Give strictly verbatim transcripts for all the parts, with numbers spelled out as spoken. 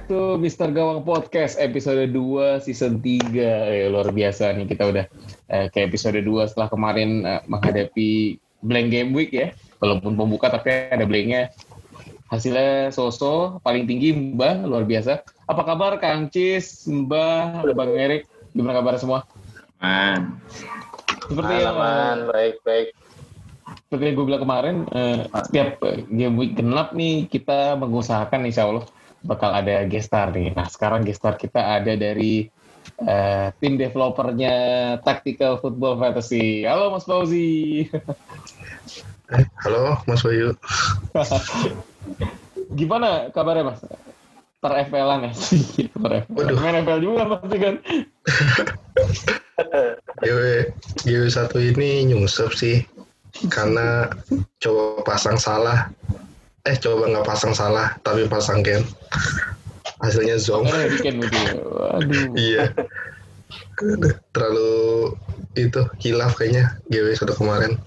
to mister Gawang Podcast episode dua season tiga. Eh, luar biasa nih kita udah eh, ke episode dua setelah kemarin eh, menghadapi blank game week ya. Walaupun pembuka tapi ada blanknya. Hasilnya so-so, paling tinggi Mbah, luar biasa. Apa kabar Kang Cis, Mbah, Bang Erik? Gimana kabar semua? Man. Seperti man, yang man. baik-baik. Seperti yang gue bilang kemarin, eh, setiap game week genap nih kita mengusahakan insya Allah bakal ada guest star nih. Nah sekarang guest star kita ada dari uh, tim developernya Tactical Football Fantasy. Halo Mas Fauzi. Halo Mas Bayu. Gimana kabarnya Mas? Per F L-an ya? Per F L. Main F L juga pasti kan? G W, G W satu ini nyungsep sih. Karena coba pasang salah. Eh coba nggak pasang salah tapi pasang Ken, hasilnya zong. Waduh. Iya. Terlalu itu hilaf kayaknya G W satu kemarin.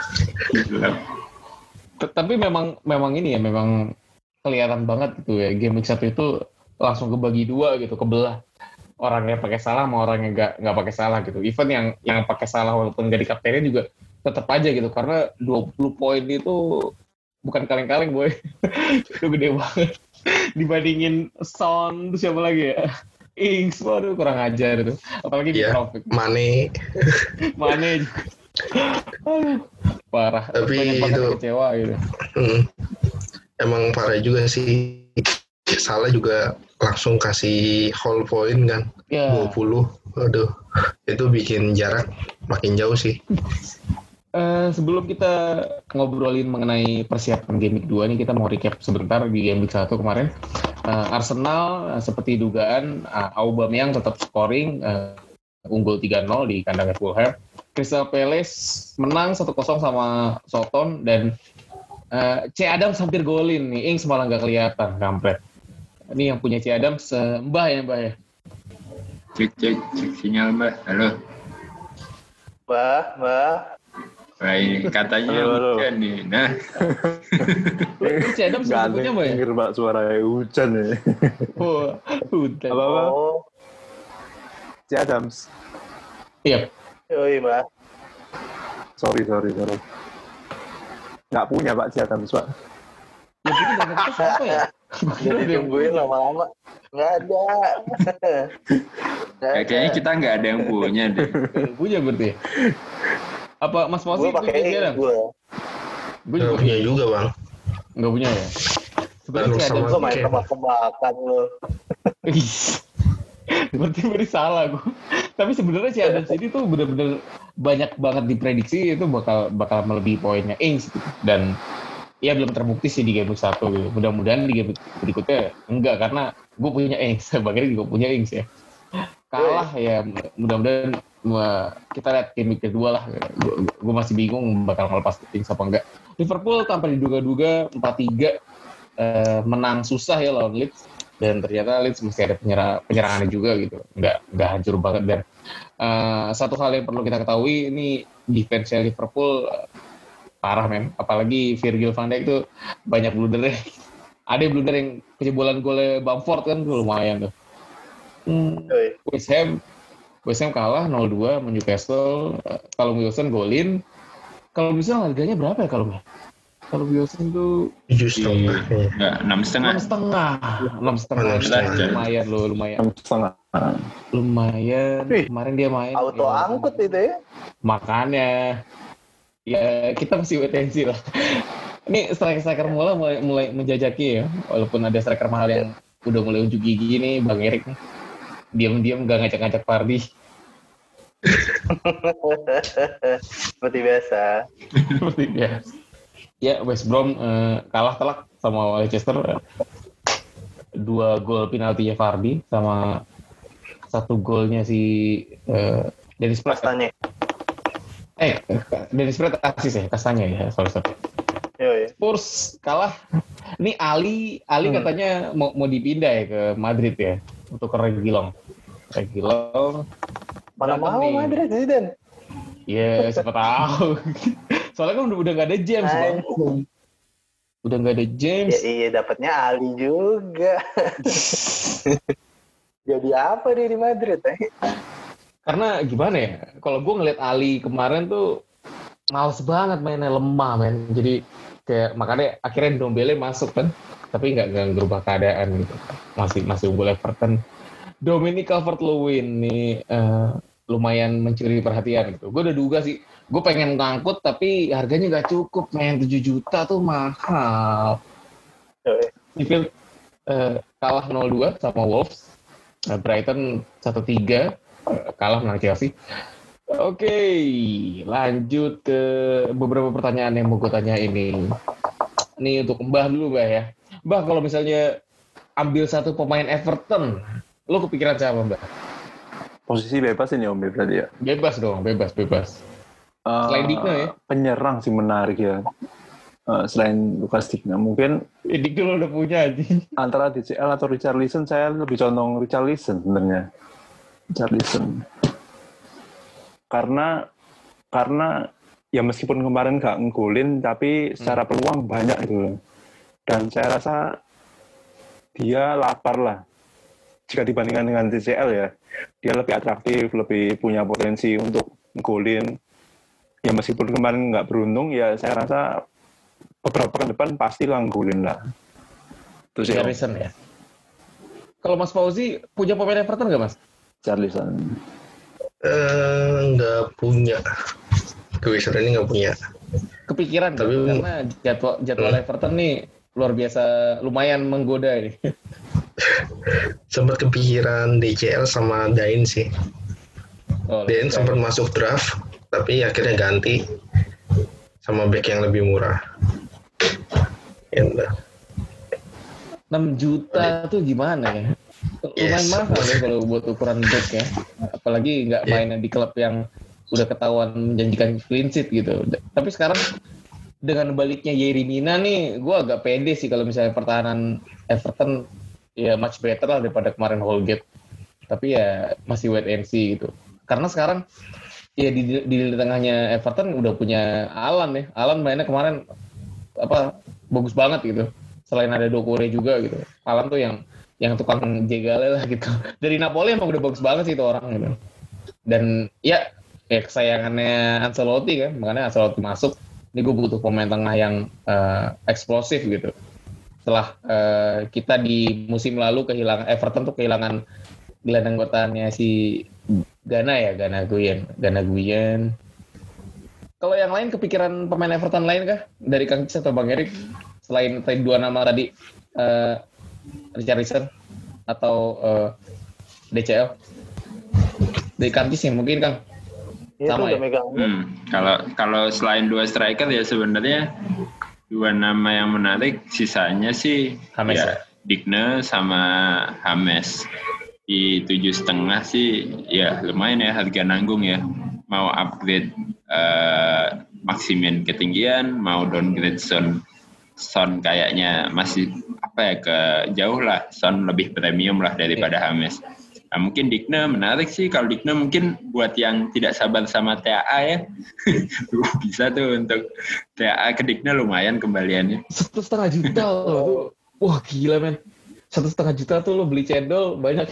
Tapi memang memang ini ya memang kelihatan banget gitu ya game week satu itu langsung kebagi dua gitu, kebelah. Orangnya pakai salah sama orang yang nggak nggak pakai salah gitu. Even yang yang pakai salah walaupun nggak di kaptennya juga tetap aja gitu karena dua puluh poin itu bukan kaleng-kaleng boy. Itu gede banget. Dibandingin Son, itu siapa lagi ya? Ings, waduh kurang ajar itu. Apalagi di ya, Profit. Mane. Mane juga. Aduh, parah. Tapi itu kecewa gitu. Hmm, emang parah juga sih. Salah juga langsung kasih whole point kan. Ya. dua puluh. Waduh. Itu bikin jarak makin jauh sih. Uh, sebelum kita ngobrolin mengenai persiapan game week dua nih, kita mau recap sebentar di game week satu kemarin. Uh, Arsenal uh, seperti dugaan uh, Aubameyang tetap scoring uh, unggul tiga nol di kandangnya Fulham. Crystal Palace menang satu kosong sama Southampton dan uh, C. Adams hampir golin nih. Ings malah nggak kelihatan, kampret. Ini yang punya C. Adams uh, Mbah ya Mbah ya. Cek cek cek sinyal Mbah. Halo. Mbah, Mbah. Baik, katanya hujan nih. Nah. Lu C. Adams sebutnya Mbak ya? Dengar Mbak suara hujan ya. Oh, hujan. Apa-apa? Oh. C. Adams. Iya. Yoi, Mbak. Sorry, sorry, sorry. Nggak punya Pak C. Adams, Pak. Ya, itu dari kita siapa ya? Jadi tungguin lama-lama. Nggak ada. Nggak Kayaknya kita nggak ada yang punya deh. Yang punya berarti. Apa Mas Fauzi punya C. Adams? Gue Gue juga punya juga bang. Nggak punya ya? Sebenarnya C. Adams main tebak-tebakan lo. Berarti berarti salah gue. Tapi sebenarnya si Adams ini tuh benar-benar banyak banget diprediksi itu bakal bakal melebihi poinnya Ings gitu. Dan ya belum terbukti sih di game satu gitu. Mudah-mudahan di game berikutnya enggak karena gue punya Ings, Bagari juga punya Ings ya. Kalah ya mudah-mudahan kita lihat game kedua lah. Gue masih bingung bakal ngelepas Ings apa enggak. Liverpool tanpa diduga-duga empat tiga eh, menang susah ya lawan Leeds. Dan ternyata Leeds masih ada penyerang, penyerangannya juga gitu, nggak nggak hancur banget. Dan uh, satu hal yang perlu kita ketahui ini defense-nya Liverpool uh, parah men, apalagi Virgil van Dijk itu banyak blunder. Ada blunder yang kejebolan golnya Bamford kan tuh lumayan tuh. Hmm, West Ham West Ham kalah nol dua sama Newcastle. Uh, kalau Wilson golin, kalau Wilson harganya berapa ya kalau Kalau Wilson tuh tujuh setengah, enggak enam setengah, enam setengah, enam setengah, lumayan loh, lumayan, enam setengah, lumayan. Kemarin dia main. Auto ya, angkut itu ya. Makanya, ya kita masih wait and see lah. Ini striker-striker mulai mulai mulai menjajaki ya, walaupun ada striker mahal yang udah mulai unjuk gigi nih, Bang Erik nih, diam-diam nggak ngajak-ngajak Pardi. Seperti biasa. Seperti biasa. Ya, West Brom uh, kalah telak sama Leicester. Dua gol penaltinya Vardy sama satu golnya si uh, Dennis Praet. Kastanya. Eh, Dennis Praet asis ya, Kastanya ya, sorry sorry. Yo, Spurs kalah. Ini Ali, Ali hmm. katanya mau mau dipindah ya ke Madrid ya untuk ke Reguilon. Reguilon. Mana mau nih. Madrid sih Dan? Iya, siapa tahu. Soalnya kan udah udah gak ada James bang. udah nggak ada James. Ya iya dapatnya Ali juga. Jadi apa dia di Madrid? Eh? Karena gimana ya? Kalau gue ngeliat Ali kemarin tuh males banget mainnya, lemah men. Jadi kayak makanya akhirnya Ndombele masuk kan, tapi nggak nggak berubah keadaan gitu. Masih masih unggul Everton. Dominic Calvert-Lewin nih uh, lumayan mencuri perhatian gitu. Gue udah duga sih, gue pengen ngangkut tapi harganya nggak cukup, men. tujuh juta tuh mahal. Sheffield uh, kalah nol dua sama Wolves. Uh, Brighton satu tiga uh, kalah menang Chelsea. Oke, okay, lanjut ke beberapa pertanyaan yang mau gue tanya ini. Ini untuk Mbah dulu, Mbah ya. Mbah, kalau misalnya ambil satu pemain Everton, lo kepikiran siapa, Mbak? Posisi bebas ini Om berarti ya? Bebas dong, bebas, bebas. Uh, selain Digna ya? Penyerang sih menarik ya. Uh, selain Lucas Digna, mungkin... Eh, Digna lo udah punya aja. Antara D C L atau Richarlison, saya lebih condong Richarlison sebenarnya. Richarlison. Karena, karena ya meskipun kemarin nggak ngegolin, tapi secara peluang banyak gitu. Dan saya rasa dia lapar lah. Jika dibandingkan dengan D C L ya, dia lebih atraktif, lebih punya potensi untuk golin. Ya meskipun kemarin nggak beruntung, ya saya rasa beberapa pekan depan pasti lah golin lah. Terus Richarlison ya. Kalau Mas Fauzi punya pemain Everton nggak Mas? Richarlison. Eh, nggak punya. Kewisaran ini nggak punya. Kepikiran tapi kan? Karena jadwal jadwal hmm. Everton nih luar biasa, lumayan menggoda ini. Sempat kepikiran D C L sama Dain sih. Oh, Dain sempat masuk draft, tapi akhirnya ganti sama back yang lebih murah. Ya, enam juta tuh gimana ya? Lumayan yes, mahal ya kalau buat ukuran back ya. Apalagi nggak yeah. mainnya di klub yang udah ketahuan menjanjikan clean sheet gitu. Tapi sekarang dengan baliknya Yerry Mina nih, gue agak pede sih kalau misalnya pertahanan Everton ya much better lah daripada kemarin Holgate. Tapi ya masih wait and see gitu. Karena sekarang ya di, di, di tengahnya Everton udah punya Alan ya. Alan mainnya kemarin apa bagus banget gitu. Selain ada Doucouré juga gitu. Alan tuh yang yang tukang jegale lah gitu. Dari Napoli emang udah bagus banget sih itu orang gitu. Dan ya ya kesayangannya Ancelotti kan. Makanya Ancelotti masuk. Ini gue butuh pemain tengah yang uh, eksplosif gitu. Setelah uh, kita di musim lalu kehilangan Everton tuh kehilangan gelandang bertahannya si Gana ya, Gana Guyen, Gana Guyen. Kalau yang lain kepikiran pemain Everton lain kah dari Kang Cis atau Bang Erik selain tadi dua nama tadi uh, Richarlison atau uh, D C L? Dari Kang Cis ya mungkin Kang. Ya, sama ya. Hmm, kalau kalau selain dua striker ya sebenarnya dua nama yang menarik, sisanya sih James ya, ya Digne sama James. Di tujuh setengah sih ya lumayan ya, harga nanggung ya. Mau upgrade uh, Maximin ketinggian, mau downgrade Son. Son kayaknya masih apa ya ke jauh lah. Son lebih premium lah daripada yeah. James. Nah, mungkin Digne menarik sih. Kalau Digne mungkin buat yang tidak sabar sama T A A ya. Bisa tuh untuk T A A ke Digne lumayan kembaliannya. Satu setengah juta loh. Wah gila men. Satu setengah juta tuh lo beli cendol banyak.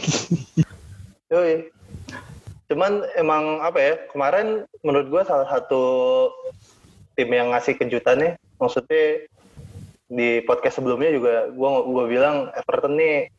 Yoi. Cuman emang apa ya, kemarin menurut gue salah satu tim yang ngasih kejutannya. Maksudnya di podcast sebelumnya juga gue gue bilang Everton nih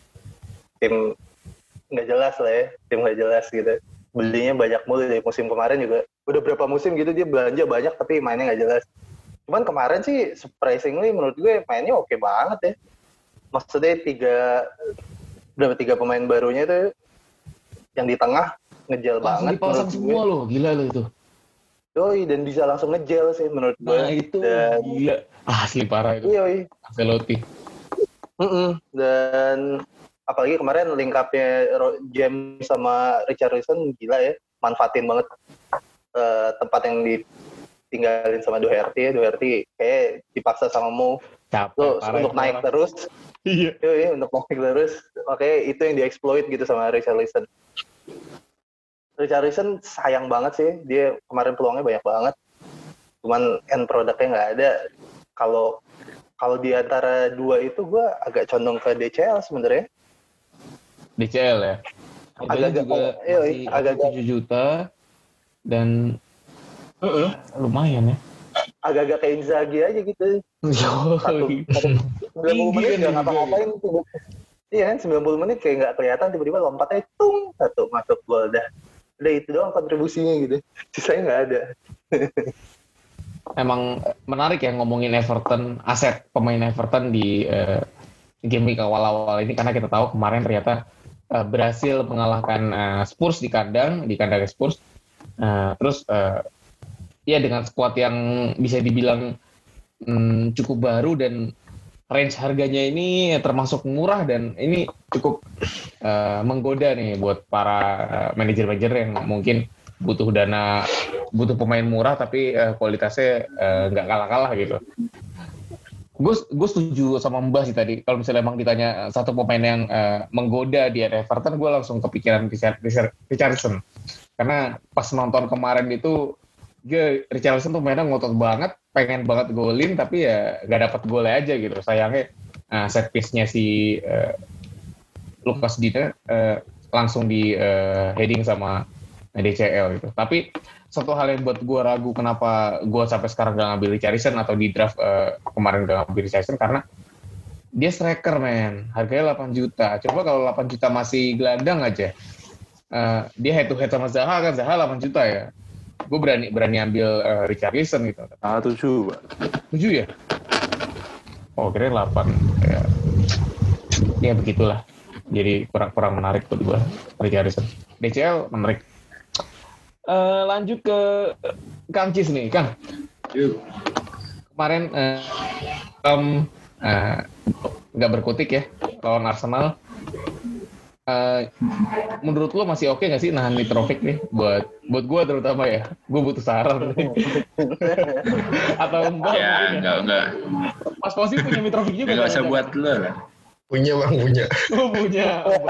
tim nggak jelas lah ya, tim nggak jelas gitu. Belinya banyak mulu dari musim kemarin juga. Udah berapa musim gitu dia belanja banyak tapi mainnya nggak jelas. Cuman kemarin sih surprisingly menurut gue mainnya oke banget ya. Maksudnya tiga berapa tiga pemain barunya itu yang di tengah ngejel banget. Dipasang semua loh, gila lo itu. Yoi, dan bisa langsung ngejel sih menurut gue. Nah itu dan... gila. Ah, asli parah itu. Yoi. Ancelotti. Mm-mm. Dan apalagi kemarin link up-nya James sama Richarlison gila ya, manfaatin banget uh, tempat yang ditinggalin sama Doherty ya. Doherty kayak dipaksa sama Mo Capek, untuk naik orang. terus. Iya. Iya, untuk naik terus. Oke, itu yang dieksploit gitu sama Richarlison. Richarlison sayang banget sih, dia kemarin peluangnya banyak banget. Cuman end produknya nggak ada. Kalau kalau di antara dua itu gue agak condong ke D C L sebenarnya. D C L ya. Harganya Agak-agak, juga iya, masih agak-agak. tujuh juta dan uh, lumayan ya. Agak-agak kayak Inzaghi aja gitu. Satu, satu sembilan puluh menit nggak ngapa-ngapain tuh. Iya kan, sembilan puluh menit kayak nggak kelihatan, tiba-tiba lompatnya tung, satu masuk gol dah. Udah itu doang kontribusinya gitu. Sisanya nggak ada. Emang menarik ya ngomongin Everton, aset pemain Everton di uh, game week awal-awal ini, karena kita tahu kemarin ternyata uh, berhasil mengalahkan uh, Spurs di kandang, di kandang Spurs. Uh, terus uh, ya dengan skuad yang bisa dibilang um, cukup baru dan range harganya ini termasuk murah, dan ini cukup uh, menggoda nih buat para uh, manajer-manajer yang mungkin butuh dana, butuh pemain murah tapi uh, kualitasnya nggak uh, kalah-kalah gitu. Gue gue setuju sama Mbah sih tadi. Kalau misalnya emang ditanya satu pemain yang uh, menggoda di Everton, gue langsung kepikiran Richarlison. Karena pas nonton kemarin itu, dia Richarlison tuh mainnya ngotot banget, pengen banget golin, tapi ya nggak dapat golnya aja gitu. Sayangnya uh, set piece-nya si uh, Lucas Digne uh, langsung di uh, heading sama D C L gitu. Tapi satu hal yang buat gue ragu kenapa gue sampai sekarang gak ngambil Richarlison atau di draft uh, kemarin gak ngambil Richarlison, karena dia striker men, harganya delapan juta. Coba kalau delapan juta masih gelandang aja, uh, dia head to head sama Zaha kan, Zaha delapan juta ya. Gue berani berani ambil uh, Richarlison gitu. Ah tujuh, tujuh ya? Oh kira delapan. Ya. Ya begitulah. Jadi kurang kurang menarik buat gue Richarlison. D C L menarik. Uh, lanjut ke Kang Cis nih, Kang. Yuk. Kemarin uh, um, uh, nggak berkutik ya lawan Arsenal. Uh, menurut lo masih oke nggak sih nahan Mitrovic nih? Buat buat gue terutama ya, gue butuh saran. Atau enggak? Ya enggak enggak. Pas posisi punya Mitrovic juga. Enggak usah buat lo lah. Punya bang, punya. Oh punya. Oh,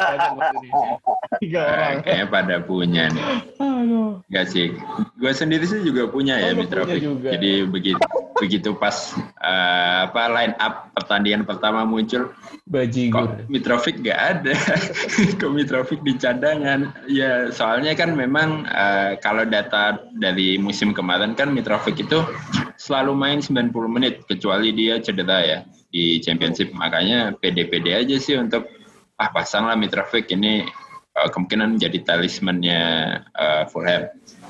tiga orang. Eh, kayaknya pada punya nih. Aduh. Enggak sih. Gue sendiri sih juga punya ya oh, Mitrovic. Juga. Jadi begitu begitu pas uh, apa line up pertandingan pertama muncul, Bajigur. Kok Mitrovic nggak ada? Kok Mitrovic di cadangan? Ya soalnya kan memang uh, kalau data dari musim kemarin kan Mitrovic itu selalu main sembilan puluh menit kecuali dia cedera ya di Championship. Makanya pede-pede aja sih untuk ah pasanglah Mitrovic ini uh, kemungkinan menjadi talismannya uh, Fulham.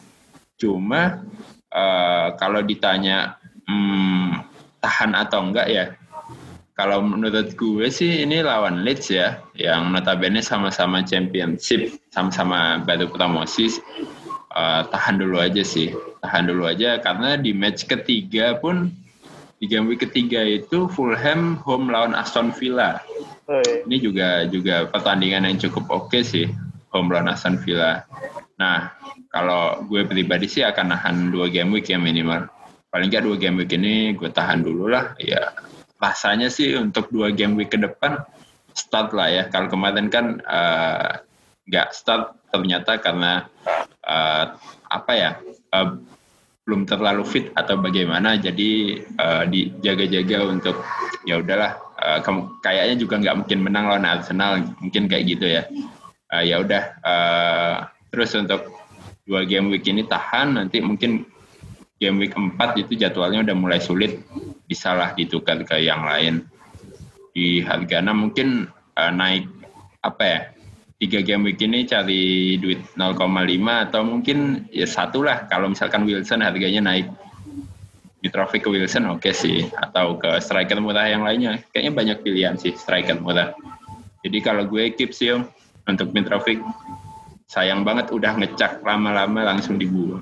Cuma uh, kalau ditanya hmm, tahan atau enggak ya, kalau menurut gue sih ini lawan Leeds ya, yang notabene sama-sama Championship, sama-sama baru promosi, uh, tahan dulu aja sih, tahan dulu aja karena di match ketiga pun, di game week ketiga itu Fulham home lawan Aston Villa. Ini juga juga pertandingan yang cukup oke sih, home lawan Aston Villa. Nah, kalau gue pribadi sih akan nahan dua game week ya minimal. Paling nggak dua game week ini gue tahan dulu lah. Ya rasanya sih untuk dua game week ke depan start lah ya. Kalau kemarin kan uh, nggak start ternyata karena uh, apa ya uh, belum terlalu fit atau bagaimana. Jadi uh, dijaga-jaga untuk ya udahlah. Uh, kayaknya juga nggak mungkin menang lawan Arsenal. Mungkin kayak gitu ya. Uh, ya udah. Uh, terus untuk dua game week ini tahan, nanti mungkin game week empat itu jadwalnya udah mulai sulit, bisa lah ditukar ke yang lain. Di Hargana mungkin uh, naik apa ya, tiga game week ini cari duit nol koma lima atau mungkin ya satu lah, kalau misalkan Wilson harganya naik. Mitrovic ke Wilson oke okay sih, atau ke striker murah yang lainnya. Kayaknya banyak pilihan sih striker murah. Jadi kalau gue keep sih Om, untuk Mitrovic, sayang banget udah ngecak lama-lama langsung dibuang.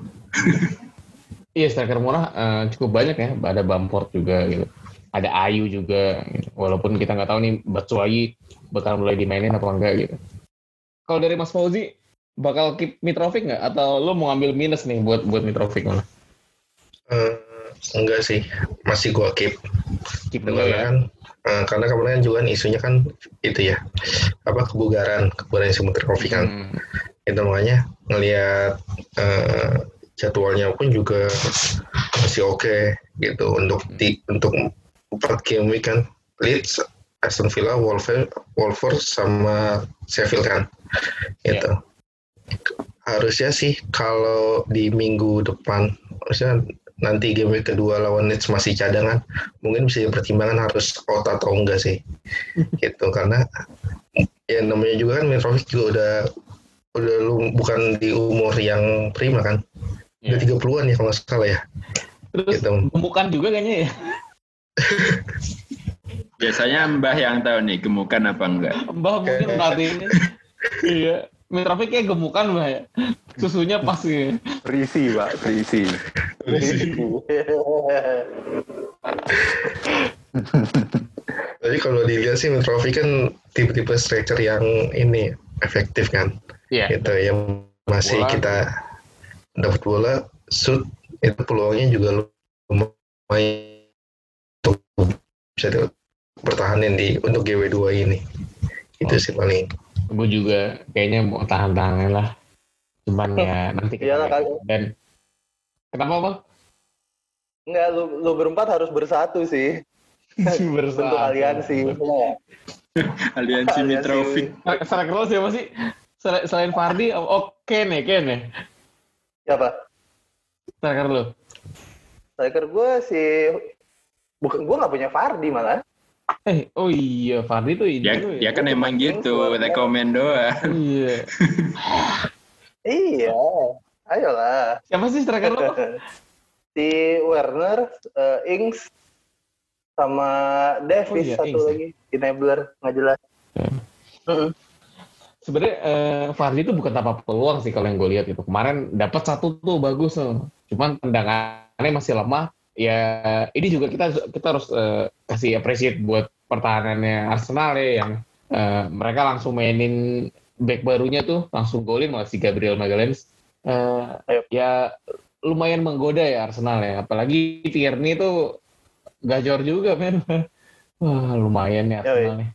Iya, striker murah uh, cukup banyak ya. Ada Bamford juga gitu. Ada Ayu juga gitu. Walaupun kita nggak tahu nih Batshuayi bakal mulai dimainin apa enggak gitu. Kalau dari Mas Fauzi, bakal keep Mitrovic nggak? Atau lo mau ambil minus nih buat buat Mitrovic malah? Uh, enggak sih, masih gua keep. Keep dulu ya. Kan, uh, karena kemarin juga isunya kan itu ya, apa kebugaran, kebugaran si Mitrovic kan. Hmm. Itu makanya ngelihat uh, jadwalnya pun juga masih oke okay, gitu untuk di, untuk empat game week kan, Leeds, Aston Villa, Wolves, Wolves sama Sheffield kan, itu. Yeah. Harusnya sih kalau di minggu depan, harusnya nanti game week kedua lawan Leeds masih cadangan, mungkin bisa dipertimbangkan harus out atau enggak sih, gitu. Karena ya namanya juga kan Mitrovic juga udah udah lu bukan di umur yang prima kan, yeah. Udah tiga puluhan ya kalau nggak salah ya. Terus gitu. Gemukan juga kayaknya ya. Biasanya Mbah yang tahu nih gemukan apa enggak. Mbah mungkin saat ini. Iya. Mitrovic kayak gemukan Mbah ya. Susunya pas ya. Berisi Pak, berisi. Berisi. Jadi kalau dilihat sih Mitrovic kan tipe-tipe striker yang ini efektif kan. Iya. Gitu yang masih bola. Kita dapat bola, shoot itu peluangnya juga lumayan untuk bisa bertahanin di untuk G W dua ini. Itu oh. sih paling. Gue juga kayaknya mau tahan-tahan lah. Cuman ya nanti kita Iyalah, dan kenapa Bang? Enggak, lu, lu berempat harus bersatu sih. Bersatu. Bentuk aliansi. Aliansi Mitrovic. Striker lo siapa sih? Selain Fardi, oh Ken ya, Ken ya? Siapa? Striker lo? Striker gue sih, bukan gue nggak punya Fardi malah. Eh, oh iya, Fardi tuh ini. Ya, ya kan emang gitu, rekomen doang. Iya. Iya, ayolah. Siapa sih striker lo? Si Werner, uh, Ings, sama Davis oh, iya, satu Ings, lagi, ya? Enabler, nggak jelas. Ya. Uh-uh. Sebenarnya uh, Fardi itu bukan tanpa peluang sih kalau yang gue lihat itu. Kemarin dapat satu tuh bagus tuh. Cuman tendangannya masih lemah. Ya ini juga kita kita harus uh, kasih appreciate buat pertahanannya Arsenal ya yang uh, mereka langsung mainin back barunya tuh langsung golin malah si Gabriel Magalhaes. Uh, ya lumayan menggoda ya Arsenal ya. Apalagi Tierney tuh gacor juga men. Wah lumayan ya Arsenal nih.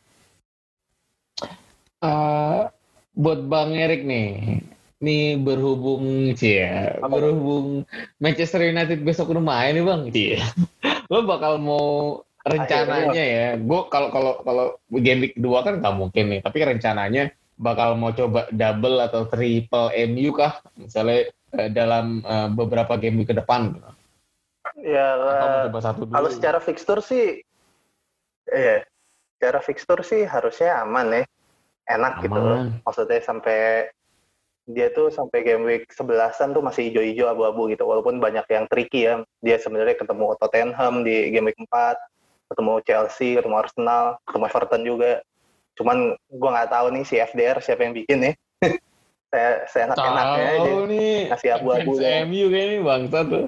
Uh, buat Bang Erik nih, nih berhubung sih ya, berhubung Manchester United besok udah main nih Bang, iya. Lo bakal mau rencananya ya, gue kalau kalau kalau game week kedua kan nggak mungkin nih, tapi rencananya bakal mau coba double atau triple M U kah, misalnya uh, dalam uh, beberapa game week ke depan. Ya, kalau secara fixture sih, eh, secara fixture sih harusnya aman ya. Enak aman. Gitu loh. Maksudnya sampai dia tuh sampai game week sebelasan tuh masih hijau-hijau abu-abu gitu. Walaupun banyak yang tricky ya. Dia sebenarnya ketemu Tottenham di game week empat, ketemu Chelsea, ketemu Arsenal, ketemu Everton juga. Cuman gue nggak tahu nih si F D R siapa yang bikin ya. saya saya enak-enaknya aja. Nih. Kasih abu-abu ya. M U kayak ini bangsa tuh.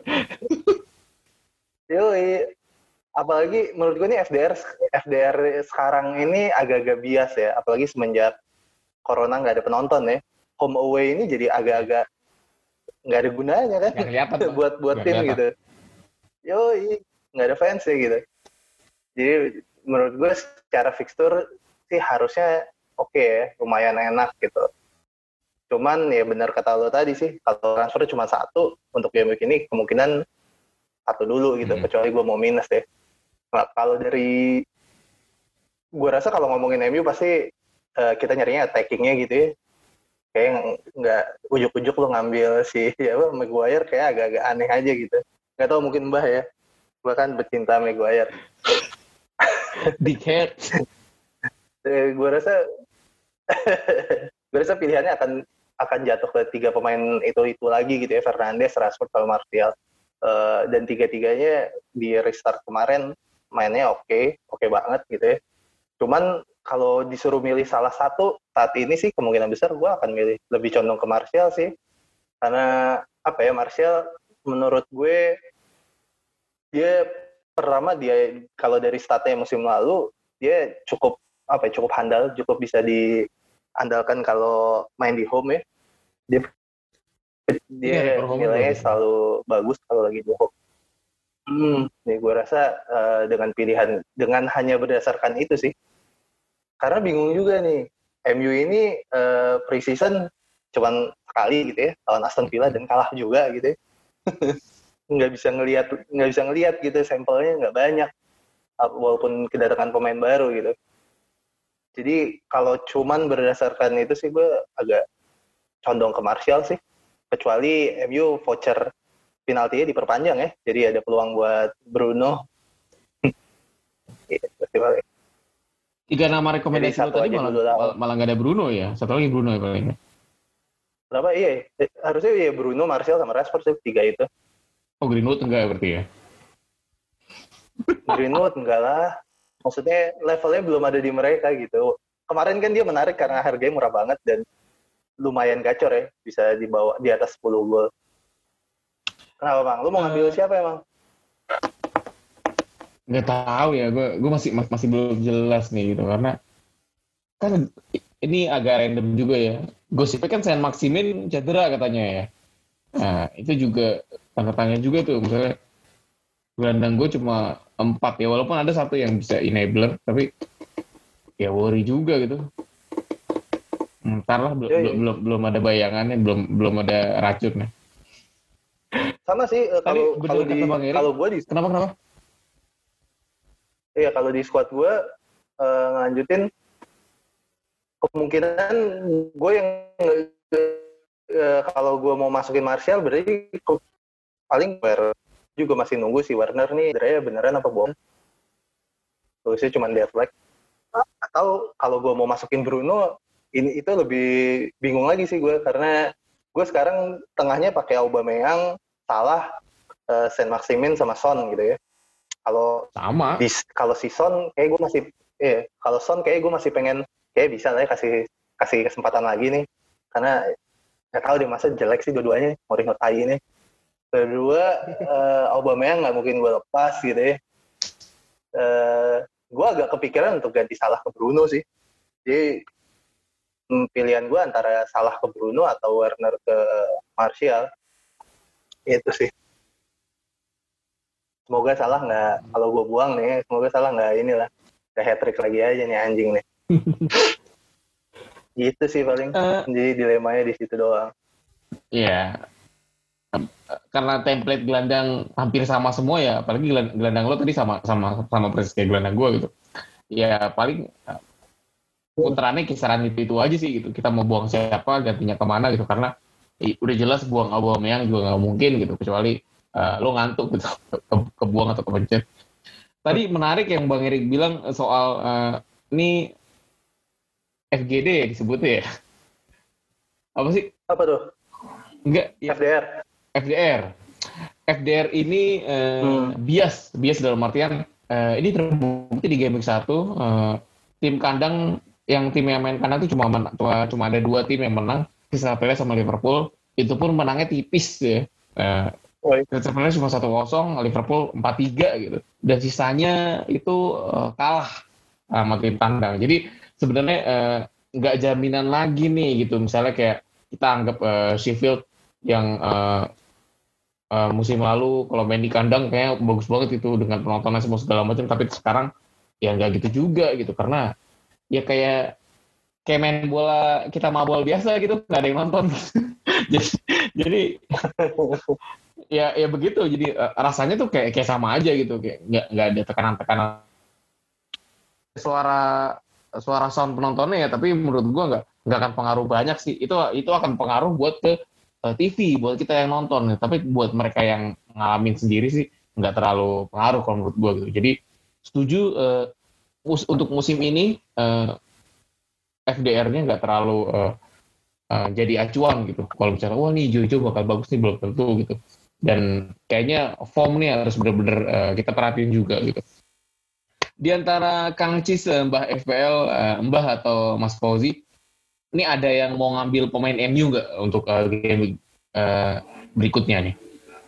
Yoi. Apalagi menurut gue nih F D R F D R sekarang ini agak-agak bias ya, apalagi semenjak corona nggak ada penonton ya, home away ini jadi agak-agak nggak ada gunanya kan, kelihatan, buat buat tim kelihatan. Gitu. Yoi, nggak ada fans ya gitu. Jadi menurut gue secara fixture sih harusnya oke okay ya, lumayan enak gitu. Cuman ya benar kata lo tadi sih, kalau transfer cuma satu untuk game week ini kemungkinan satu dulu gitu, hmm. kecuali gue mau minus deh. Nah, kalau dari gue rasa kalau ngomongin M U pasti uh, kita nyarinya attacking-nya gitu ya. Kayak nggak ujuk-ujuk lo ngambil si ya, Maguire kayak agak-agak aneh aja gitu. Nggak tahu mungkin Mbah ya. Bahkan pecinta Maguire. Dickhead. eh, gue rasa gue rasa pilihannya akan akan jatuh ke tiga pemain itu itu lagi gitu ya, Fernandes, Rashford, sama Martial. Uh, dan tiga-tiganya di restart kemarin mainnya oke, okay, oke okay banget gitu ya. Cuman kalau disuruh milih salah satu saat ini sih kemungkinan besar gue akan milih lebih condong ke Martial sih. Karena apa ya, Martial menurut gue dia pertama dia kalau dari statnya musim lalu dia cukup apa ya, cukup handal, cukup bisa diandalkan kalau main di home ya. Dia dia ya, nilainya selalu bagus kalau lagi di home. Hmm, nih gue rasa uh, dengan pilihan dengan hanya berdasarkan itu sih. Karena bingung juga nih, M U ini uh, pre-season cuman sekali gitu ya lawan Aston Villa dan kalah juga gitu ya. nggak bisa ngelihat nggak bisa ngelihat gitu, sampelnya nggak banyak. walaupun kedatangan pemain baru gitu. Jadi kalau cuman berdasarkan itu sih gue agak condong ke Martial sih. Kecuali M U voucher penaltinya diperpanjang ya. Jadi ada peluang buat Bruno. Gitu sih paling. Tiga nama rekomendasi lo tadi malah, malah, malah gak ada Bruno ya? Satu lagi Bruno ya paling. Berapa? Iya, harusnya iya Bruno, Martial sama Rashford sih, tiga itu. Oh Greenwood enggak ya berarti ya? Greenwood enggak lah. Maksudnya levelnya belum ada di mereka gitu. Kemarin kan dia menarik karena harganya murah banget dan lumayan gacor ya. Bisa dibawa di atas sepuluh gol. Kenapa Bang? Lu mau ngambil siapa emang? Nggak tahu ya. Gue gue masih masih belum jelas nih gitu. Karena kan ini agak random juga ya. Gosipnya kan Saint Maximin cedera katanya ya. Nah itu juga tanda tanya juga tuh. Misalnya gelandang gue cuma empat ya, walaupun ada satu yang bisa enabler, tapi ya worry juga gitu. Ntar lah belum belum belum belum ada bayangannya, belum belum ada racunnya. Sama sih kalau kalau di kalau gue di kenapa kenapa? Iya kalau di squad gue uh, ngelanjutin kemungkinan gue yang uh, kalau gue mau masukin Martial berarti paling ber juga masih nunggu si Werner nih sebenarnya beneran apa bohong. Terusnya cuma dead leg. Atau kalau gue mau masukin Bruno, ini itu lebih bingung lagi sih gue karena gue sekarang tengahnya pakai Aubameyang, Salah, uh, Saint Maximin sama Son gitu ya. Kalau sama. Di, kalau si Son kayak gue masih, eh kalau Son kayak gue masih pengen kayak bisa lah ya kasih kasih kesempatan lagi nih karena nggak tahu deh masa jelek sih dua-duanya Mourinho tai ini. Kedua, uh, Aubameyang nggak mungkin gue lepas gitu ya. Uh, gue agak kepikiran untuk ganti Salah ke Bruno sih. Jadi pilihan gue antara Salah ke Bruno atau Werner ke Martial. Itu sih. Semoga Salah nggak, kalau gue buang nih, semoga Salah nggak inilah. Nggak hat-trick lagi aja nih anjing nih. Gitu sih paling. Uh, Jadi dilemanya di situ doang. Iya. Karena template gelandang hampir sama semua ya, apalagi gelandang lo tadi sama sama sama persis kayak gelandang gue gitu. Ya paling putarannya kisaran itu itu aja sih gitu. Kita mau buang siapa, gantinya kemana gitu. Karena eh, udah jelas buang Aubameyang juga nggak mungkin gitu, kecuali uh, lo ngantuk gitu, ke, kebuang atau kepencet. Tadi menarik yang Bang Erik bilang soal uh, ini F G D ya disebutnya ya. Apa sih? Apa tuh? Enggak. Ya. F D R. F D R. F D R ini eh, hmm. bias, bias dalam artian eh, ini terbukti di game week satu eh, tim kandang yang tim yang main kandang itu cuma, men- cuma cuma ada dua tim yang menang, Crystal Palace sama Liverpool. Itu pun menangnya tipis ya. Eh, Crystal Palace cuma satu kosong, Liverpool empat tiga gitu. Dan sisanya itu eh, kalah sama tim kandang. Jadi sebenarnya eh, nggak jaminan lagi nih gitu. Misalnya kayak kita anggap eh, Sheffield yang uh, uh, musim lalu kalau main di kandang kayak bagus banget itu dengan penontonnya semua segala macam, tapi sekarang ya nggak gitu juga gitu karena ya kayak kayak main bola kita mabol biasa gitu, nggak ada yang nonton. jadi jadi ya ya begitu, jadi uh, rasanya tuh kayak kayak sama aja gitu, kayak nggak nggak ada tekanan-tekanan suara suara sound penontonnya ya, tapi menurut gua nggak nggak akan pengaruh banyak sih. Itu itu akan pengaruh buat ke T V buat kita yang nonton, tapi buat mereka yang ngalamin sendiri sih nggak terlalu pengaruh kalau menurut gue gitu. Jadi setuju uh, mus- untuk musim ini uh, F D R-nya nggak terlalu uh, uh, jadi acuan gitu. Kalau bicara wah nih hijau-hijau bakal bagus nih, belum tentu gitu. Dan kayaknya form nih harus benar-benar uh, kita perhatiin juga gitu. Di antara Kang Cis, Mbah F P L, uh, Mbah atau Mas Fauzi, ini ada yang mau ngambil pemain M U nggak untuk uh, game uh, berikutnya nih?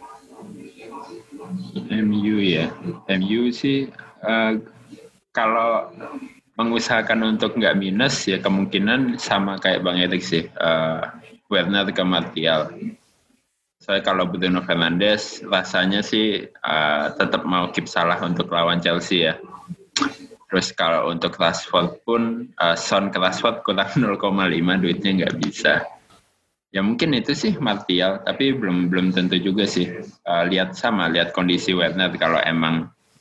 M U ya, M U sih uh, kalau mengusahakan untuk nggak minus ya kemungkinan sama kayak Bang Erik sih, uh, Werner ke Martial. Soalnya kalau Bruno Fernandes rasanya sih uh, tetap mau keep Salah untuk lawan Chelsea ya. Terus kalau untuk Rashford pun, uh, Son ke Rashford kurang nol koma lima, duitnya nggak bisa. Ya mungkin itu sih Martial, tapi belum belum tentu juga sih. Uh, lihat sama, lihat kondisi Werner kalau emang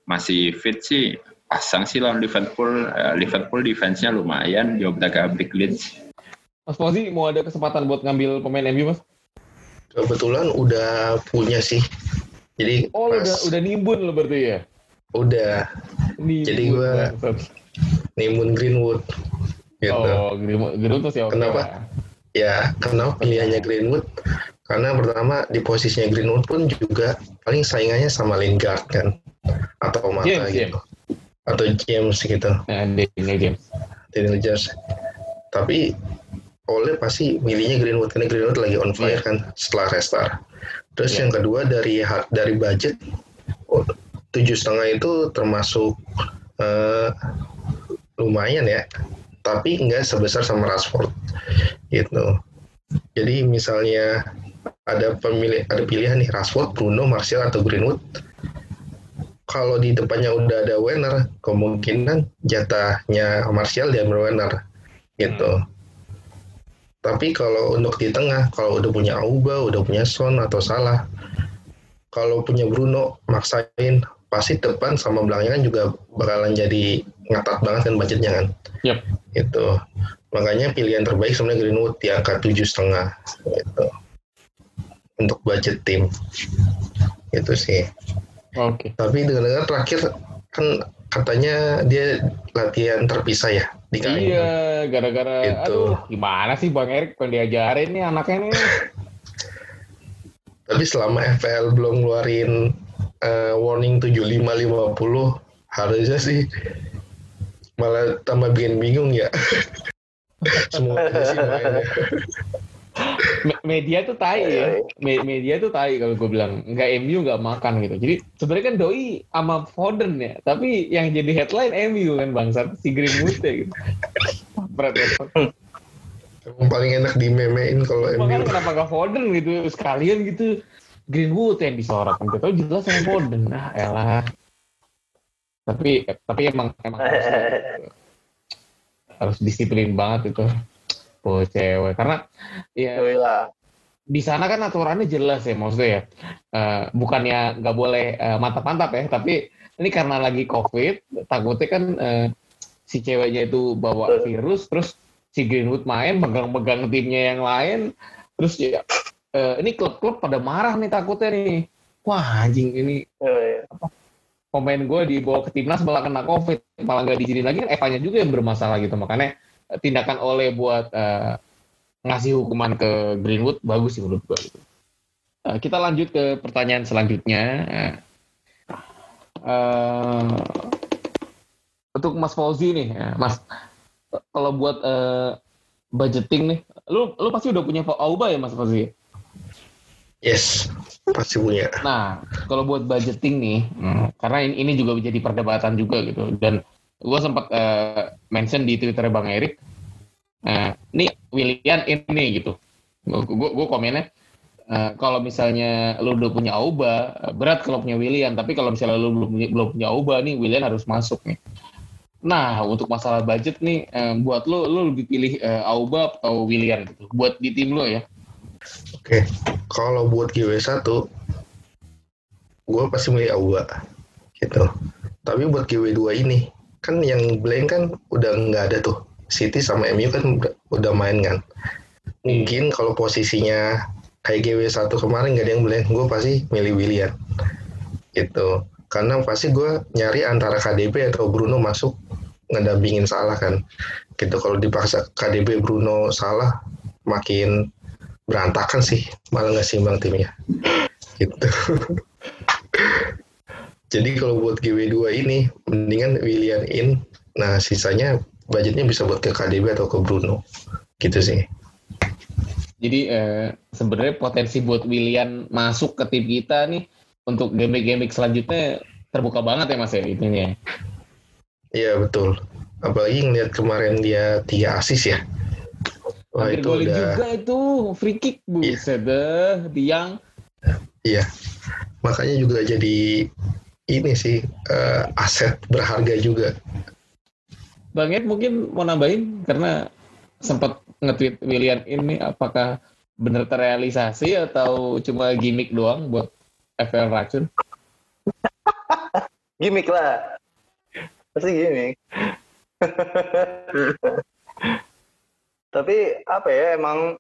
masih fit sih, pasang sih lawan Liverpool. Uh, Liverpool defense-nya lumayan, diobrak-abrik Leeds. Mas Fauzi mau ada kesempatan buat ngambil pemain M U, Mas? Kebetulan udah punya sih. Jadi oh, pas, udah udah nimbun lo berarti ya? Udah. Nimbun, jadi gue nimbun Greenwood. Gitu. Oh, Greenwood, Greenwood tuh siapa? Kenapa? Ya, kenapa pilihannya Greenwood? Karena pertama di posisinya Greenwood pun juga paling saingannya sama Lingard kan, atau Mata James, gitu, James. atau James gitu. Nah, Daniel James. Daniel James. Tapi Ole pasti milihnya Greenwood karena Greenwood lagi on fire yeah. kan setelah restart. Terus yeah. yang kedua dari dari budget tujuh setengah itu termasuk uh, lumayan ya, tapi nggak sebesar sama Rashford gitu. Jadi misalnya ada pemilih ada pilihan nih Rashford, Bruno, Martial atau Greenwood. Kalau di depannya udah ada Werner, kemungkinan jatahnya Martial diambil Werner gitu. Hmm. Tapi kalau untuk di tengah, kalau udah punya Auba, udah punya Son atau Salah, kalau punya Bruno, maksain pasti depan sama belakangnya kan juga bakalan jadi ngetat banget kan budgetnya kan. Yep. Gitu. Makanya pilihan terbaik sebenarnya Greenwood di angka tujuh setengah gitu. Untuk budget tim. Itu sih. Oke. Okay. Tapi dengar-dengar terakhir kan katanya dia latihan terpisah ya di K M. Iya, gara-gara gitu. Aduh, gimana sih Bang Erik pengen diajarin nih anaknya nih. Tapi selama F P L belum ngeluarin uh, warning tujuh lima lima puluh, harusnya sih malah tambah bikin bingung ya. Semua sih mainnya. Media tuh tai ya. Media tuh tai kalau gue bilang. Nggak M U nggak makan gitu. Jadi sebenarnya kan Doi sama Foden ya. Tapi yang jadi headline M U kan bangsat. Si Greenwood ya gitu. Berat ya. Yang paling enak di-memein kalau M U. Makanya kenapa nggak Foden gitu. Sekalian gitu. Greenwood yang disorot. Gitu jelas sama Foden. Nah elah. Tapi tapi emang emang harus, harus disiplin banget itu. Oh cewek karena ya di sana kan aturannya jelas ya maksudnya ya uh, bukannya nggak boleh uh, mantap-mantap ya tapi ini karena lagi COVID takutnya kan uh, si ceweknya itu bawa virus terus si Greenwood main megang-megang timnya yang lain terus ya uh, ini klub-klub pada marah nih takutnya nih wah anjing ini apa, pemain gue dibawa ke timnas malah kena COVID malah nggak diizinin lagi kan Evanya juga yang bermasalah gitu makanya tindakan Ole buat uh, ngasih hukuman ke Greenwood bagus sih menurut gue. Uh, kita lanjut ke pertanyaan selanjutnya. Uh, untuk Mas Fauzi nih, ya. Mas, kalau buat uh, budgeting nih, lu lu pasti udah punya Auba ya Mas Fauzi? Yes, pasti punya. Nah, kalau buat budgeting nih, hmm, karena ini, ini juga menjadi perdebatan juga gitu dan gue sempat uh, mention di Twitter Bang Erik, uh, nih Willian ini gitu, gue gue komennya uh, kalau misalnya lu udah punya Auba berat kalau punya Willian, tapi kalau misalnya lu belum belum punya Auba nih Willian harus masuk nih. Nah untuk masalah budget nih, uh, buat lu lu lebih pilih uh, Auba atau Willian gitu, buat di tim lu ya? Oke, okay. Kalau buat G W satu, gue pasti milih Auba gitu. Tapi buat G W dua ini kan yang blank kan udah nggak ada tuh. City sama M U kan udah main kan. Mungkin kalau posisinya kayak G W satu kemarin nggak ada yang blank, gue pasti milih Willian. Gitu. Karena pasti gue nyari antara K D B atau Bruno masuk ngedampingin Salah kan. Gitu. Kalau dipaksa K D B Bruno Salah makin berantakan sih, malah nggak seimbang timnya. Gitu. Jadi kalau buat G W dua ini, mendingan Willian in, nah sisanya budgetnya bisa buat ke K D B atau ke Bruno, gitu sih. Jadi eh, sebenarnya potensi buat Willian masuk ke tim kita nih, untuk game-game selanjutnya terbuka banget ya Mas ya, itu ya? Iya betul, apalagi ngeliat kemarin dia tiga assist ya. Wah hampir itu udah... juga itu, free kick, buset deh, tiang. Iya, makanya juga jadi ini sih uh, aset berharga juga. Bang Ed mungkin mau nambahin karena sempat nge-tweet Willian ini, apakah benar terrealisasi atau cuma gimmick doang buat F L Racun? Gimik lah. Pasti gimik. Tapi apa ya, emang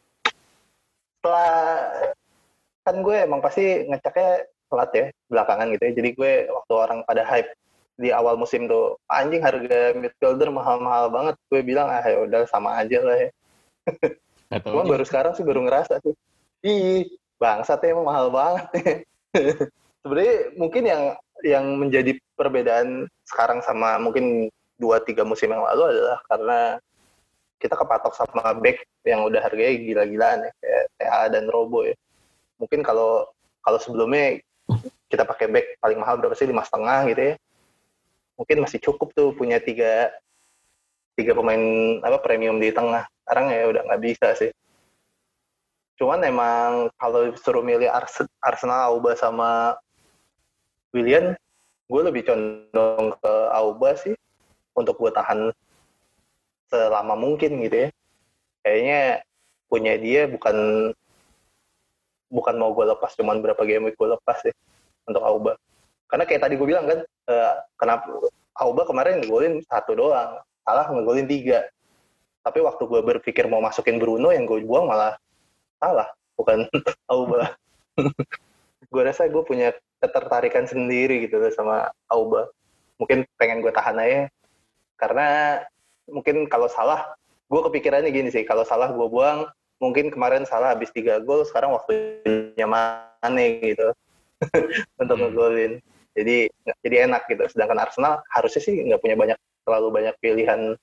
setelah kan gue emang pasti ngeceknya telat ya belakangan gitu ya. Jadi gue waktu orang pada hype di awal musim tuh, anjing harga midfielder mahal-mahal banget. Gue bilang ah ya udah sama aja lah ya. Cuma baru sekarang sih baru ngerasa sih. Ih, bangsatnya emang mahal banget ya. Sebenarnya mungkin yang yang menjadi perbedaan sekarang sama mungkin dua tiga musim yang lalu adalah karena kita kepatok sama back yang udah harganya gila-gilaan ya, kayak T A dan Robo ya. Mungkin kalau kalau sebelumnya kita pakai back paling mahal berapa sih, lima setengah gitu ya. Mungkin masih cukup tuh punya tiga tiga pemain apa premium di tengah. Sekarang ya udah nggak bisa sih. Cuman emang kalau suruh milih Ars- Arsenal, Auba sama Willian, gue lebih condong ke Auba sih untuk gue tahan selama mungkin gitu ya. Kayaknya punya dia bukan bukan mau gue lepas, cuman berapa game week gue lepas sih untuk Auba. Karena kayak tadi gue bilang kan, uh, kenapa Auba kemarin ngegolin satu doang, Salah ngegolin tiga. Tapi waktu gue berpikir mau masukin Bruno, yang gue buang malah Salah, bukan Auba. Gue rasa gue punya ketertarikan sendiri gitu sama Auba. Mungkin pengen gue tahan aja, karena mungkin kalau Salah, gue kepikirannya gini sih, kalau Salah gue buang, mungkin kemarin Salah habis tiga gol, sekarang waktunya Mane gitu untuk ngegolin. Jadi jadi enak gitu. Sedangkan Arsenal harusnya sih nggak punya banyak terlalu banyak pilihan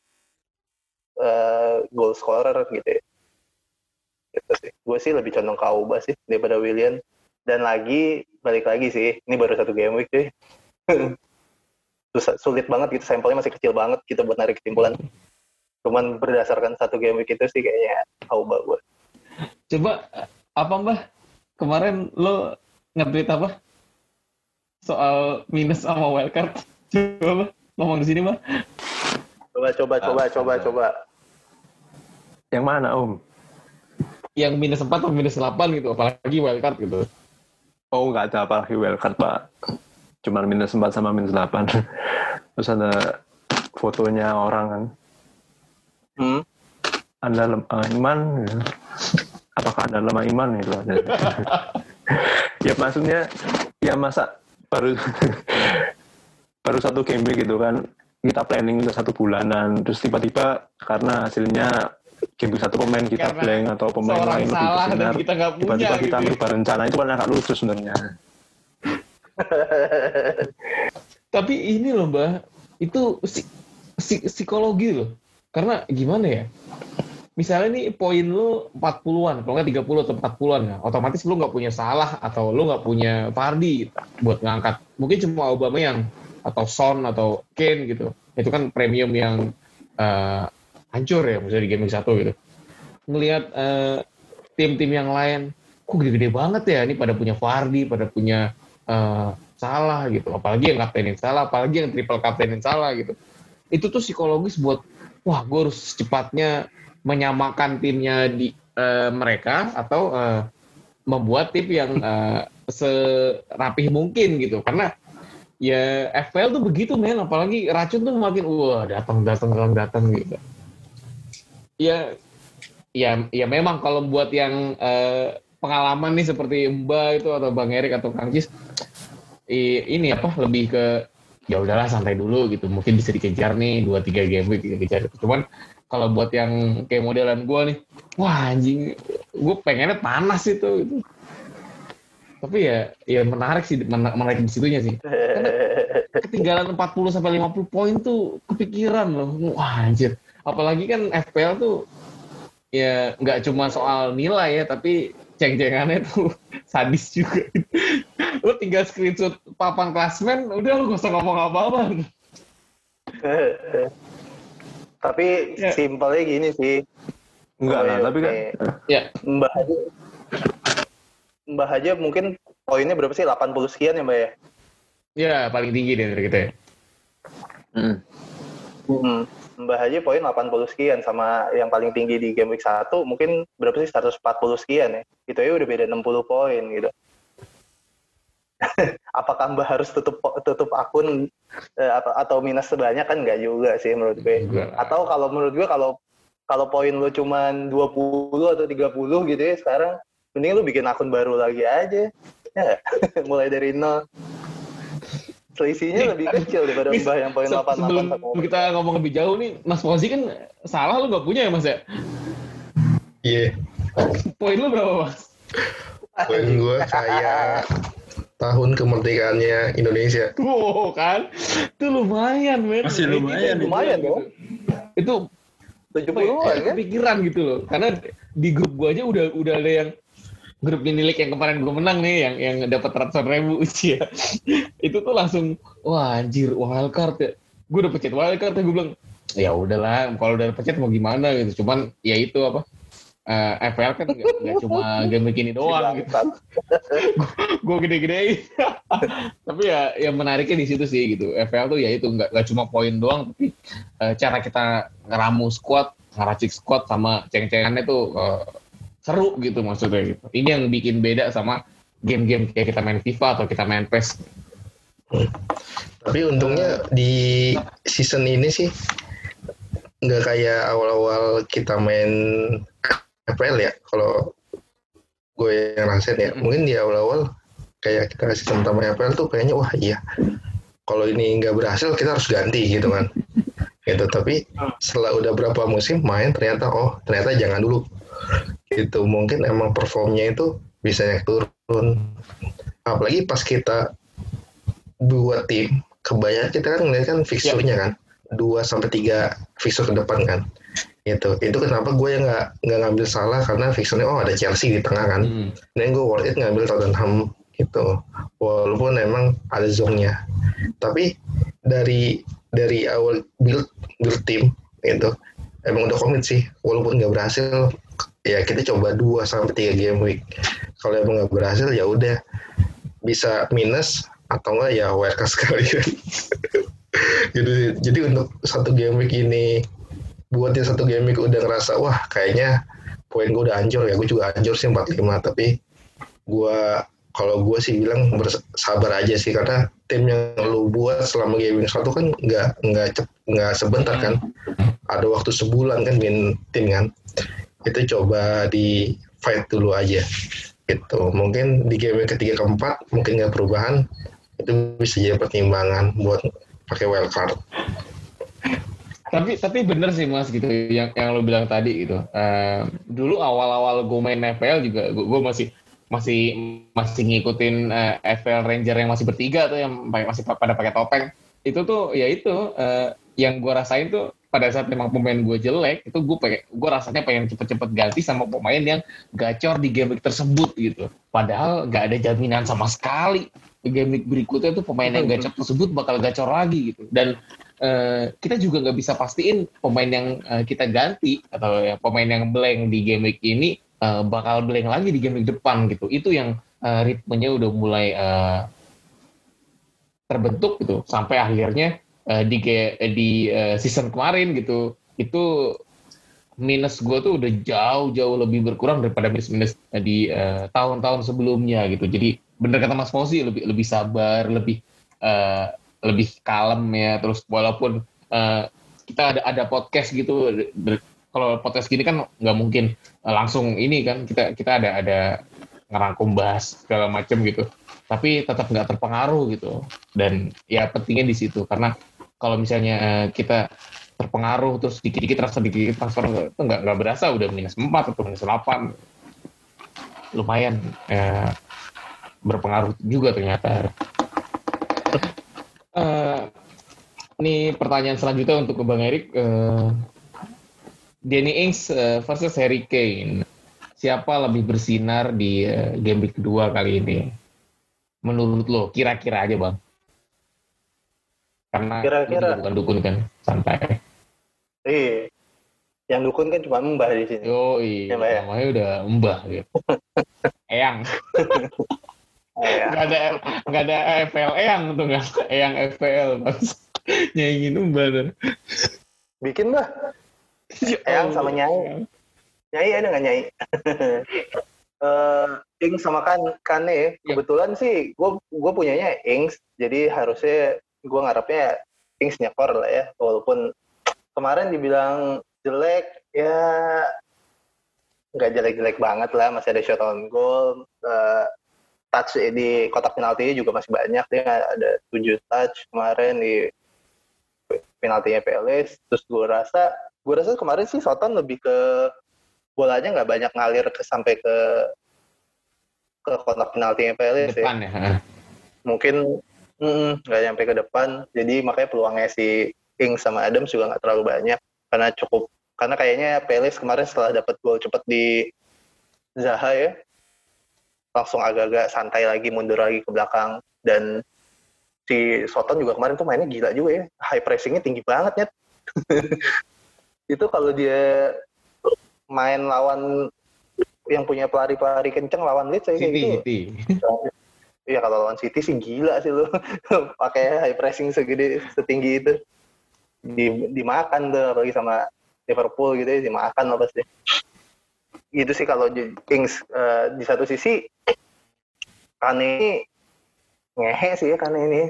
uh, goal scorer gitu ya. Gitu sih. Gue sih lebih condong ke Auba sih daripada Willian. Dan lagi balik lagi sih, ini baru satu game week sih. Susah, sulit banget gitu, sampelnya masih kecil banget kita buat narik kesimpulan. Cuman berdasarkan satu game week itu sih kayaknya Auba gue. Coba apa Mbah? Kemarin lo nge-tweet apa? Soal minus sama wildcard. Coba ngomong di sini Mbah. Coba coba coba ah, coba coba. Yang mana Om? Yang minus empat atau minus delapan gitu, apalagi wildcard gitu. Oh nggak ada apalagi wildcard Pak. Cuman minus empat sama minus delapan. Terus ada fotonya orang kan. Hmm? Anda lemah iman, ya. Apakah Anda lemah iman itu ada. Ya maksudnya, ya masa baru baru satu game week gitu kan, kita planning untuk satu bulanan, terus tiba-tiba karena hasilnya game week satu pemain kita karena blank atau pemain lain lebih bersinar, tiba-tiba kita gitu. Merubah rencana, itu kan agak lucu sebenarnya. Tapi ini loh Mbak, itu psik- psik- psikologi loh. Karena gimana ya? Misalnya nih poin lu empat puluhan, kalau nggak tiga puluh atau empat puluhan, ya, otomatis lu nggak punya Salah atau lu nggak punya Vardy buat ngangkat. Mungkin cuma Aubameyang atau Son atau Kane gitu. Itu kan premium yang uh, hancur ya, misalnya di game satu gitu. Ngelihat uh, tim-tim yang lain, kok gede-gede banget ya, ini pada punya Vardy, pada punya uh, Salah gitu. Apalagi yang kaptenin Salah, apalagi yang triple kaptenin Salah gitu. Itu tuh psikologis buat, wah gue harus secepatnya menyamakan timnya di uh, mereka atau uh, membuat tim yang uh, serapih mungkin gitu. Karena ya F P L tuh begitu men, apalagi racun tuh makin wah datang datang datang datang gitu. Ya ya ya memang kalau buat yang uh, pengalaman nih seperti Mbak itu atau Bang Erik atau Kang Cis, ini apa lebih ke ya udahlah santai dulu gitu, mungkin bisa dikejar nih dua tiga game week dikejar. Cuman kalau buat yang kayak modelan gue nih, wah anjing, gue pengennya panas itu gitu. Tapi ya ya menarik sih, menarik di situnya sih. Karena ketinggalan empat puluh sampai lima puluh poin tuh kepikiran loh. Wah anjir. Apalagi kan F P L tuh ya nggak cuma soal nilai ya, tapi ceng-cengannya tuh sadis juga. Lu tinggal screenshot papan klasmen, udah lu gak usah ngomong apa-apa. Tapi ya. Simpelnya gini sih. Enggak lah, tapi kan ya. Mbah aja, Mbah aja mungkin poinnya berapa sih? delapan puluh sekian ya Mbak ya? Ya, paling tinggi dari kita ya. Hmm. Hmm. Mbah aja poin delapan puluh sekian, sama yang paling tinggi di game week satu mungkin berapa sih? seratus empat puluh sekian ya. Itu aja udah beda enam puluh poin gitu. apakah Mbak harus tutup tutup akun eh, atau atau minus sebanyak kan nggak juga sih menurut gue. Atau kalau menurut gue kalau kalau poin lu cuman dua puluh atau tiga puluh gitu ya sekarang, mending lu bikin akun baru lagi aja. Ya, mulai dari nol. Selisihnya lebih kecil daripada Mbah yang poin delapan puluh delapan. Sebelum kita ngomong lebih jauh nih, Mas Fauzi kan salah lu nggak punya ya Mas ya? Iya. Yeah. Poin lu berapa Mas? Poin gue kayak tahun kemerdekaannya Indonesia. Wow kan? Itu lumayan men. Masih lumayan. Itu, lumayan dong. Itu tujuh puluhan kan? Kepikiran gitu loh. Karena di grup gue aja udah udah ada yang grup Minilik yang kemarin gue menang nih, yang yang dapat ratusan ribu usia. Itu tuh langsung, wah anjir, wildcard ya. Gue udah pencet wildcard ya, gue bilang, ya udahlah, kalau udah pencet mau gimana gitu. Cuman ya itu apa, uh, F L kan nggak cuma game begini doang gitu. Gue gede-gedein. Tapi ya yang menariknya di situ sih gitu. F L tuh ya itu nggak nggak cuma poin doang, tapi uh, cara kita ngeramu squad, ngeracik squad sama ceng-cengannya tuh uh, seru gitu maksudnya gitu. Ini yang bikin beda sama game-game kayak kita main FIFA atau kita main P E S. Hmm. Tapi untungnya di season ini sih nggak kayak awal-awal kita main F P L ya. Kalau gue yang rasain ya, mungkin di awal-awal kayak kita season pertama F P L tuh kayaknya wah iya, kalau ini nggak berhasil kita harus ganti gitu kan. Gitu. Tapi setelah udah berapa musim main ternyata oh ternyata jangan dulu. Itu mungkin emang performnya itu bisa naik turun. Apalagi pas kita buat tim, kebanyakan kita kan ngeliat kan fixture-nya kan dua sampai tiga fixture ke depan kan. Itu itu kenapa gue yang nggak nggak ngambil salah karena fixture-nya oh ada Chelsea di tengah kan. Hmm. Dan gue worth it ngambil Tottenham gitu. Walaupun emang ada zone-nya. Tapi dari dari awal build build tim itu emang udah komit sih, walaupun nggak berhasil ya kita coba dua sampai tiga game week. Kalau emang nggak berhasil ya udah bisa minus atau enggak ya W R K sekalian. Jadi jadi untuk satu game week ini buat yang satu game week udah ngerasa wah kayaknya poin gue udah hancur ya, gue juga hancur sih empat puluh lima, tapi gue kalau gue sih bilang bersabar aja sih karena tim yang lu buat selama game week satu kan nggak nggak nggak sebentar kan, ada waktu sebulan kan bikin tim kan. Itu coba di fight dulu aja gitu. Mungkin di game ketiga keempat mungkin nggak perubahan, itu bisa jadi pertimbangan buat pakai wildcard. Tapi tapi bener sih Mas gitu yang yang lo bilang tadi gitu. Uh, dulu awal-awal gue main F P L juga gue masih masih masih ngikutin uh, F P L Ranger yang masih bertiga tuh yang masih pada pakai topeng. Itu tuh ya itu uh, yang gue rasain tuh pada saat memang pemain gue jelek, itu gue pengen, gue rasanya pengen cepet-cepet ganti sama pemain yang gacor di game week tersebut gitu. Padahal nggak ada jaminan sama sekali di game week berikutnya tuh pemain yang gacor tersebut bakal gacor lagi gitu. Dan uh, kita juga nggak bisa pastiin pemain yang uh, kita ganti atau ya, pemain yang blank di game week ini uh, bakal blank lagi di game week depan gitu. Itu yang uh, ritmenya udah mulai uh, terbentuk gitu sampai akhirnya Uh, di di uh, season kemarin gitu, itu minus gue tuh udah jauh-jauh lebih berkurang daripada minus-minus di uh, tahun-tahun sebelumnya gitu. Jadi bener kata Mas Fauzi, lebih lebih sabar, lebih uh, lebih kalem ya. Terus walaupun uh, kita ada ada podcast gitu, kalau podcast gini kan nggak mungkin uh, langsung ini kan, kita kita ada ada ngerangkum bahas segala macam gitu. Tapi tetap nggak terpengaruh gitu. Dan ya pentingnya di situ karena kalau misalnya uh, kita terpengaruh terus dikit-dikit transfer dikit transfer itu nggak nggak berasa udah minus empat atau minus delapan, lumayan uh, berpengaruh juga ternyata. Uh, ini pertanyaan selanjutnya untuk ke Bang Erik. Uh, Danny Ings uh, versus Harry Kane, siapa lebih bersinar di uh, game week kedua kali ini? Menurut lo, kira-kira aja Bang. Karena kira-kira bukan dukun kan, santai. Iya, yang dukun kan cuma Mbah di sini. Yo iya, ya, namanya udah Mbah gitu. Eyang. Nggak ada nggak ada F P L Eyang tuh nggak, Eyang F P L mas. Nyanyiin Mbah tuh. Bikin Mbah. Eyang sama Nyai. Nyai ada nggak Nyai? Uh, Ings sama kan Kane ya. Kebetulan sih gue gue punyanya Ings, jadi harusnya gue ngarepnya Ings nyekor lah ya. Walaupun kemarin dibilang jelek, ya nggak jelek-jelek banget lah, masih ada shot on goal, uh, touch di kotak penaltinya juga masih banyak, dia ada tujuh touch kemarin di penaltinya P L S. Terus gue rasa, gue rasa kemarin sih Soton lebih ke bolanya nggak banyak ngalir ke sampai ke ke kotak penaltinya P L S depan ya. ya. Mungkin nggak nyampe ke depan, jadi makanya peluangnya si Ings sama Adams juga nggak terlalu banyak karena cukup karena kayaknya P L S kemarin setelah dapat gol cepat di Zaha ya, langsung agak-agak santai lagi, mundur lagi ke belakang. Dan si Soton juga kemarin tuh mainnya gila juga ya, high pressingnya tinggi banget ya. Itu kalau dia main lawan yang punya pelari-pelari kenceng lawan Leeds kayak gitu. Iya, kalau lawan City sih gila sih lu. Pakai high pressing segede setinggi itu. Di, dimakan tuh apalagi sama Liverpool gitu ya, dimakan apa sih. Gitu sih kalau Kings uh, di satu sisi Kane ini ngehe sih ya Kane ini.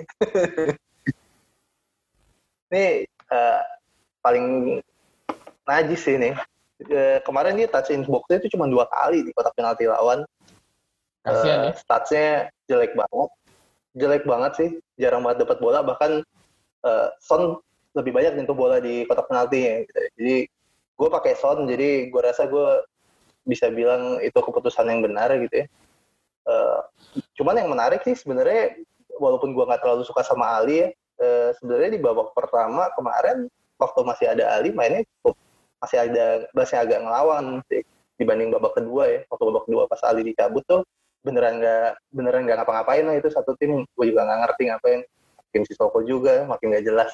Ini uh, paling najis sih nih. Uh, kemarin dia touch in box-nya itu cuma dua kali di kotak penalti lawan. Kasian uh, ya. Statsnya jelek banget. Jelek banget sih. Jarang banget dapat bola. Bahkan uh, Son lebih banyak nyentuh bola di kotak penaltinya. Gitu. Jadi gue pakai Son. Jadi gue rasa gue bisa bilang itu keputusan yang benar gitu ya. Uh, cuman yang menarik sih sebenarnya, walaupun gue nggak terlalu suka sama Ali ya, uh, sebenarnya di babak pertama kemarin waktu masih ada Ali mainnya cukup masih ada masih agak ngelawan sih dibanding babak kedua ya. Waktu babak kedua pas Ali dicabut tuh beneran nggak beneran nggak ngapa-ngapain lah itu satu tim. Gue juga nggak ngerti ngapain. Tim Sissoko juga makin nggak jelas.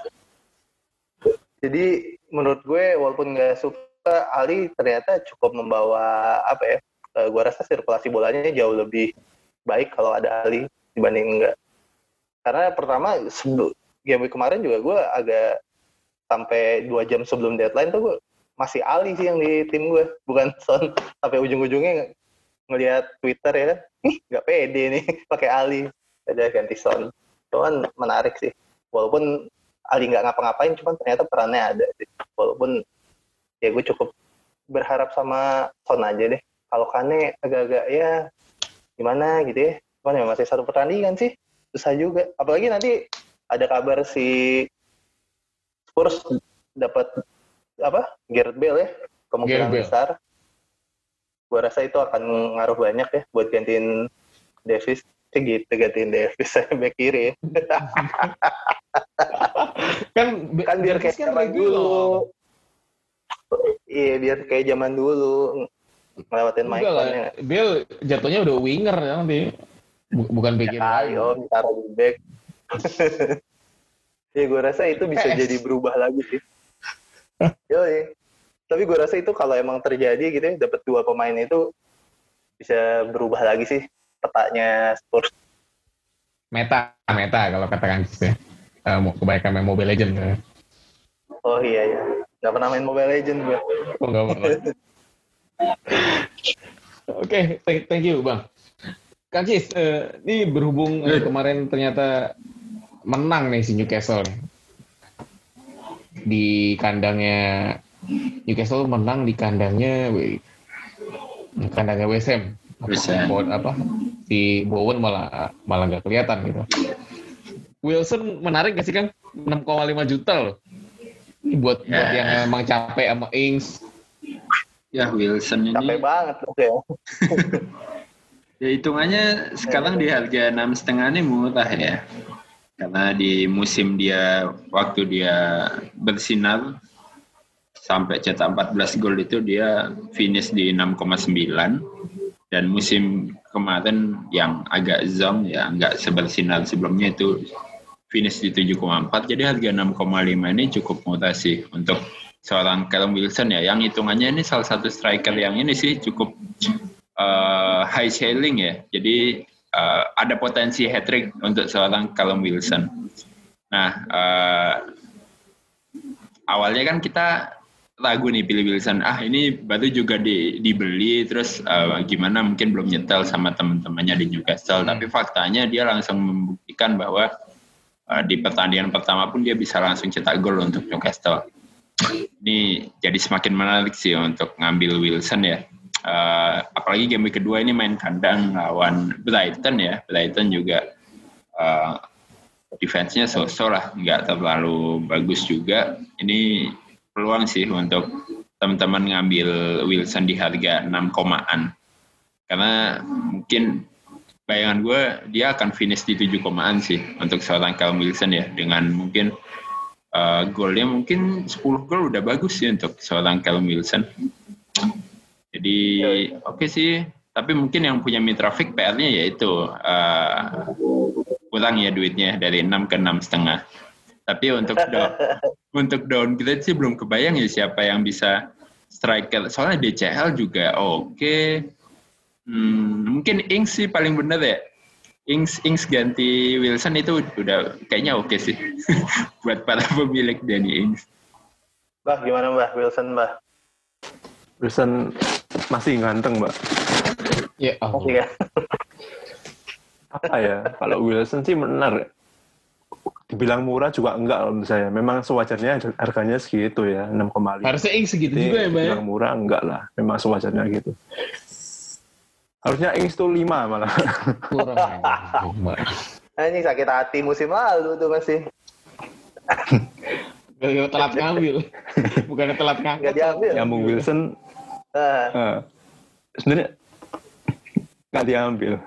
Jadi menurut gue walaupun nggak suka, Ali ternyata cukup membawa apa ya? Uh, gue rasa sirkulasi bolanya jauh lebih baik kalau ada Ali dibanding enggak. Karena pertama sebelum game week kemarin juga gue agak sampai dua jam sebelum deadline tuh gue masih Ali sih yang di tim gue, bukan Son. Sampai ujung-ujungnya ngelihat Twitter ya, ih nggak pede nih pakai Ali, ada ganti Son. Cuman menarik sih, walaupun Ali nggak ngapa-ngapain, cuman ternyata perannya ada sih. Walaupun ya gue cukup berharap sama Son aja deh. Kalau Kane agak-agak ya gimana gitu ya, cuman ya masih satu pertandingan sih, susah juga. Apalagi nanti ada kabar si Spurs dapat apa Gareth Bale ya, kemungkinan besar. Gue rasa itu akan ngaruh banyak ya buat gantiin Davis. Gitu, gantiin Davis saya back kiri ya. kan kan biar kayak kan zaman dulu. Iya, biar kayak zaman dulu ngelewatin Mike Conley. Bale jatuhnya udah winger ya nanti. Bukan back kiri. Ayo, taruh di back. Ya gue rasa itu bisa eh. jadi berubah lagi sih. Yoi. Tapi gue rasa itu kalau emang terjadi gitu ya, dapat dua pemain itu bisa berubah lagi sih petanya Spurs. Meta, meta kalau katakan gitu ya. Uh, kebanyakan main Mobile Legends ya. Oh iya ya, nggak pernah main Mobile Legends gue. Oh nggak pernah. Oke, okay, thank, thank you Bang. Kang Cis, uh, ini berhubung uh, kemarin ternyata menang nih si Newcastle nih. Di kandangnya Newcastle menang di kandangnya di kandangnya West Ham. Bowen apa si Bowen malah malah nggak kelihatan gitu. Wilson menarik nggak sih Kang? enam koma lima juta loh. Ini buat ya. buat yang emang capek sama Ings. Ya Wilson ini capek banget tuh ya. Ya hitungannya sekarang di harga enam setengah ini murah ya. Karena di musim dia waktu dia bersinar sampai cetak empat belas gol itu dia finish di enam koma sembilan, dan musim kemarin yang agak zonk ya nggak sebersinar sebelumnya itu finish di tujuh koma empat. Jadi harga enam koma lima ini cukup murah sih untuk seorang Callum Wilson ya, yang hitungannya ini salah satu striker yang ini sih cukup uh, high ceiling ya. Jadi Uh, ada potensi hat-trick untuk seorang Callum Wilson. Nah, uh, awalnya kan kita ragu nih pilih Wilson. Ah ini baru juga di, dibeli, terus uh, gimana mungkin belum nyetel sama teman-temannya di Newcastle. Hmm. Tapi faktanya dia langsung membuktikan bahwa uh, di pertandingan pertama pun dia bisa langsung cetak gol untuk Newcastle. Ini jadi semakin menarik sih untuk ngambil Wilson ya. Uh, apalagi game kedua ini main kandang lawan Brighton ya. Brighton juga uh, defense-nya so-so lah, nggak terlalu bagus juga. Ini peluang sih untuk teman-teman ngambil Wilson di harga enam komaan. Karena mungkin bayangan gue dia akan finish di tujuh komaan sih untuk seorang Callum Wilson ya. Dengan mungkin uh, golnya mungkin sepuluh gol udah bagus sih untuk seorang Callum Wilson. Jadi oke okay sih, tapi mungkin yang punya Mitrovic P R-nya yaitu uh, kurang ya duitnya dari enam ke enam setengah. Tapi untuk do- untuk downgrade sih belum kebayang ya siapa yang bisa striker. Soalnya D C L juga oke. Okay. Hmm, mungkin Ings sih paling bener ya. Ings Ings ganti Wilson itu udah kayaknya oke okay sih buat para pemilik Danny Ings. Bah gimana Mbah Wilson Mbah? Wilson masih ganteng, Mbak. Ya, oh. Iya. Apa ya? Kalau Wilson sih benar. Dibilang murah juga enggak menurut saya. Memang sewajarnya harganya segitu ya, enam koma lima. Harusnya Ings segitu Jadi, juga ya, Mbak. Dibilang murah enggak lah. Memang sewajarnya gitu. Harusnya Ings tuh lima malah. Kurang. Nah, ini sakit hati musim lalu tuh masih. Gak telat ngambil. Bukan telat ngambil. Gak diambil. Nyambung Wilson. Uh. Uh, sebenarnya nggak diambil.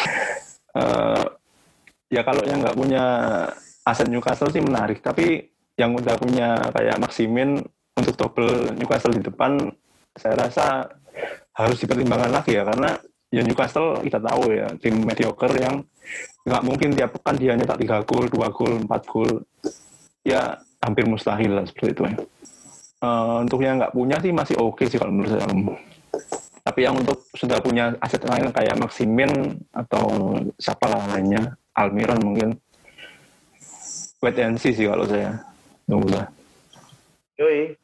Uh, ya kalau yang nggak punya aset Newcastle sih menarik. Tapi yang udah punya kayak Maximin untuk double Newcastle di depan, saya rasa harus dipertimbangkan lagi ya. Karena ya Newcastle kita tahu ya, tim mediocre yang nggak mungkin tiap pekan dia nyetak tiga gol, dua gol, empat gol. Ya hampir mustahil lah seperti itu ya. Uh, untuk yang nggak punya sih masih oke okay sih kalau menurut saya. Tapi yang untuk sudah punya aset lain kayak Maximin atau siapa lah lainnya, Almiron mungkin, wait and see sih kalau saya. Tunggu lah. Yoi.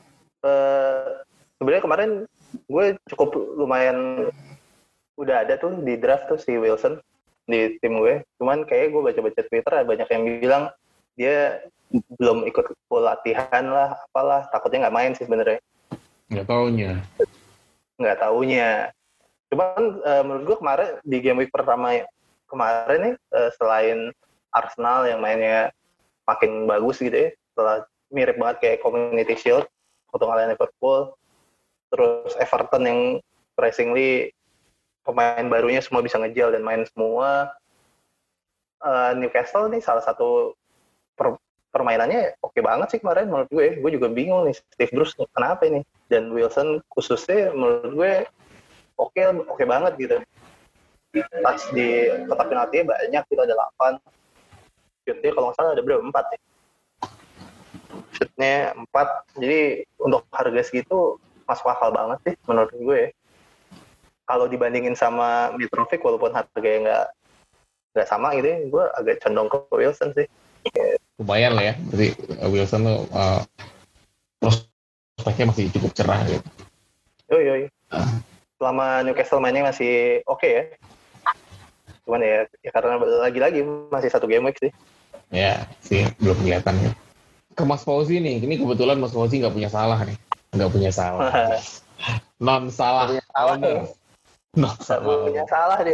Uh, sebenarnya kemarin gue cukup lumayan udah ada tuh di draft tuh si Wilson di tim gue. Cuman kayak gue baca-baca Twitter banyak yang bilang dia belum ikut full latihan lah, apalah, takutnya nggak main sih sebenarnya. Nggak taunya. Nggak taunya. Cuman uh, menurut gue kemarin di game week pertama kemarin nih, uh, selain Arsenal yang mainnya makin bagus gitu ya, setelah mirip banget kayak Community Shield untuk ngalahin Liverpool, terus Everton yang surprisingly pemain barunya semua bisa ngejel dan main semua. Uh, Newcastle nih salah satu per- permainannya oke okay banget sih kemarin menurut gue. Gue juga bingung nih Steve Bruce kenapa ini. Dan Wilson khususnya menurut gue oke okay, oke okay banget gitu. Touch di kotak penalti banyak, itu ada delapan. Shootnya kalau nggak salah ada berapa? empat ya. Shootnya empat. Jadi untuk harga segitu masuk akal banget sih menurut gue. Kalau dibandingin sama Mitrovic walaupun harganya nggak nggak sama gitu ya, gue agak condong ke Wilson sih. Lumayan lah ya, berarti Wilson tuh uh, prospeknya masih cukup cerah gitu. Yoi, yoi. Uh. Selama Newcastle mainnya masih oke okay ya. Cuman ya, ya karena lagi-lagi masih satu game week sih. Ya, sih belum kelihatan ya. Ke Mas Fauzi nih, ini kebetulan Mas Fauzi nggak punya salah nih. Nggak punya salah. Non salah. Punya salah ya. Non salah. Punya salah dia.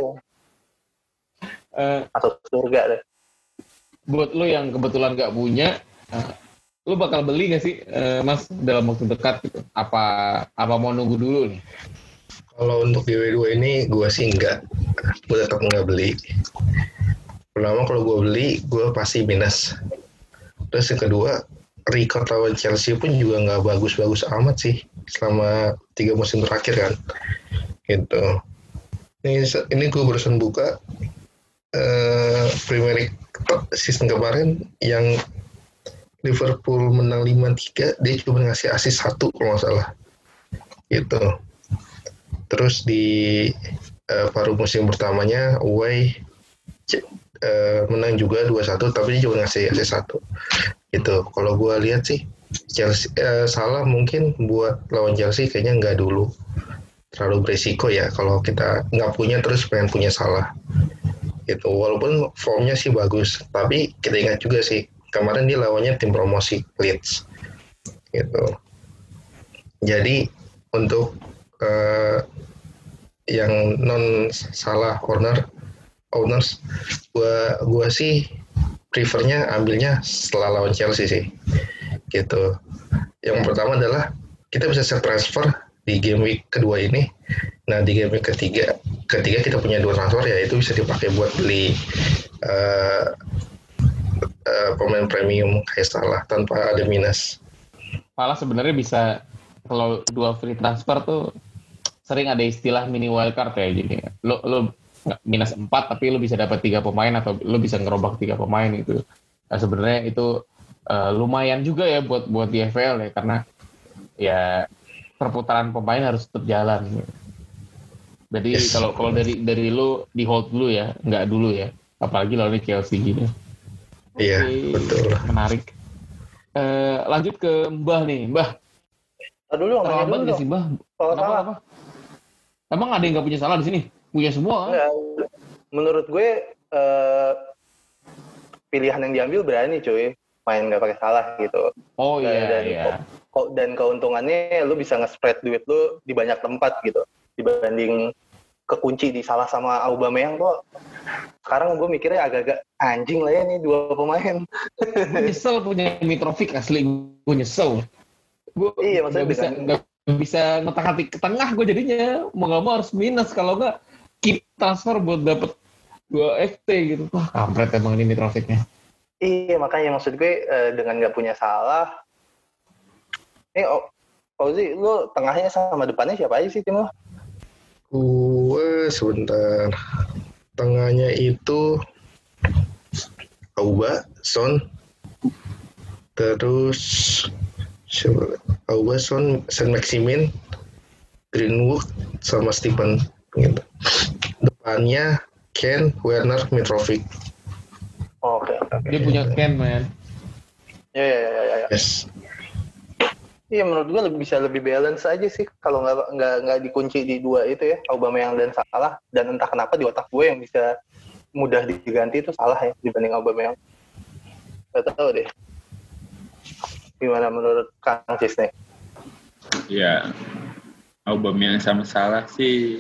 Uh, Atau surga deh. Buat lo yang kebetulan nggak punya, uh, lo bakal beli nggak sih, uh, Mas, dalam waktu dekat gitu? Apa apa mau nunggu dulu nih? Kalau untuk G W dua ini, gue sih enggak. Gue tetap nggak beli. Pertama, kalau gue beli, gue pasti minus. Terus yang kedua, record lawan Chelsea pun juga nggak bagus-bagus amat sih selama tiga musim terakhir kan. Gitu. Ini, ini gue barusan buka uh, Premier League season kemarin yang Liverpool menang lima tiga, dia cuma ngasih assist satu kalau nggak salah. Gitu. Terus di uh, paruh musim pertamanya away uh, menang juga dua satu, tapi dia cuma ngasih assist satu. Gitu. Kalau gue lihat sih Chelsea eh, Salah mungkin buat lawan Chelsea kayaknya nggak dulu, terlalu beresiko ya kalau kita nggak punya terus pengen punya Salah gitu. Walaupun formnya sih bagus, tapi kita ingat juga sih kemarin dia lawannya tim promosi Leeds gitu. Jadi untuk uh, yang non Salah owner owners, gua gua sih prefernya ambilnya setelah lawan Chelsea sih gitu. Yang pertama adalah kita bisa set transfer di game week kedua ini. Nah di game week ketiga ketiga kita punya dua transfer ya, itu bisa dipakai buat beli uh, uh, pemain premium kayak Salah tanpa ada minus. Malah sebenarnya bisa kalau dua free transfer tuh sering ada istilah mini wildcard ya, jadi lo lo minus empat tapi lo bisa dapat tiga pemain atau lo bisa ngerobak tiga pemain itu. Nah, sebenarnya itu uh, lumayan juga ya buat buat di F P L ya, karena ya perputaran pemain harus tetap jalan. Jadi yes. kalau kalau dari dari lo di hold dulu ya, nggak dulu ya, apalagi lawan Chelsea gini. Iya, okay, betul. Menarik. Uh, lanjut ke Mbah nih, Mbah. Nah, dulu nanya dulu dong. Sih, Mbah. Kenapa, apa? Emang ada yang nggak punya Salah di sini? Punya semua kan? Nggak. Menurut gue uh, pilihan yang diambil berani cuy, main nggak pakai Salah gitu. Oh iya dan, iya. Kok dan keuntungannya lu bisa nge-spread duit lu di banyak tempat gitu dibanding kekunci di Salah sama Aubameyang kok. Sekarang gue mikirnya agak-agak anjing lah ya nih dua pemain. Nyesel punya Mitrovic asli, gue nyesel. Gue iya, maksudnya gak bisa nggak bisa ngotak-atik ke tengah gue jadinya, mau nggak mau harus minus kalau nggak keep transfer buat dapet dua F T gitu. Wah kampret emang ini Mitrovicnya. Iya makanya maksud gue uh, dengan nggak punya Salah. Ini oh, Fauzi, lu tengahnya sama depannya siapa aja sih tim lo? Gue sebentar, tengahnya itu Auba, Son, terus Auba, Son, Saint-Maximin, Greenwood, sama Stephen gitu. Depannya Ken, Werner, Mitrovic. Oke. Okay, okay. Dia punya Ken, man. Ya ya ya ya. Yes. Iya menurut gue lebih, bisa lebih balance aja sih kalau nggak nggak nggak dikunci di dua itu ya, Aubameyang dan Salah. Dan entah kenapa di otak gue yang bisa mudah diganti itu Salah ya dibanding Aubameyang. Gak tahu deh. Gimana menurut Kang Cis nih? Ya, Aubameyang sama Salah sih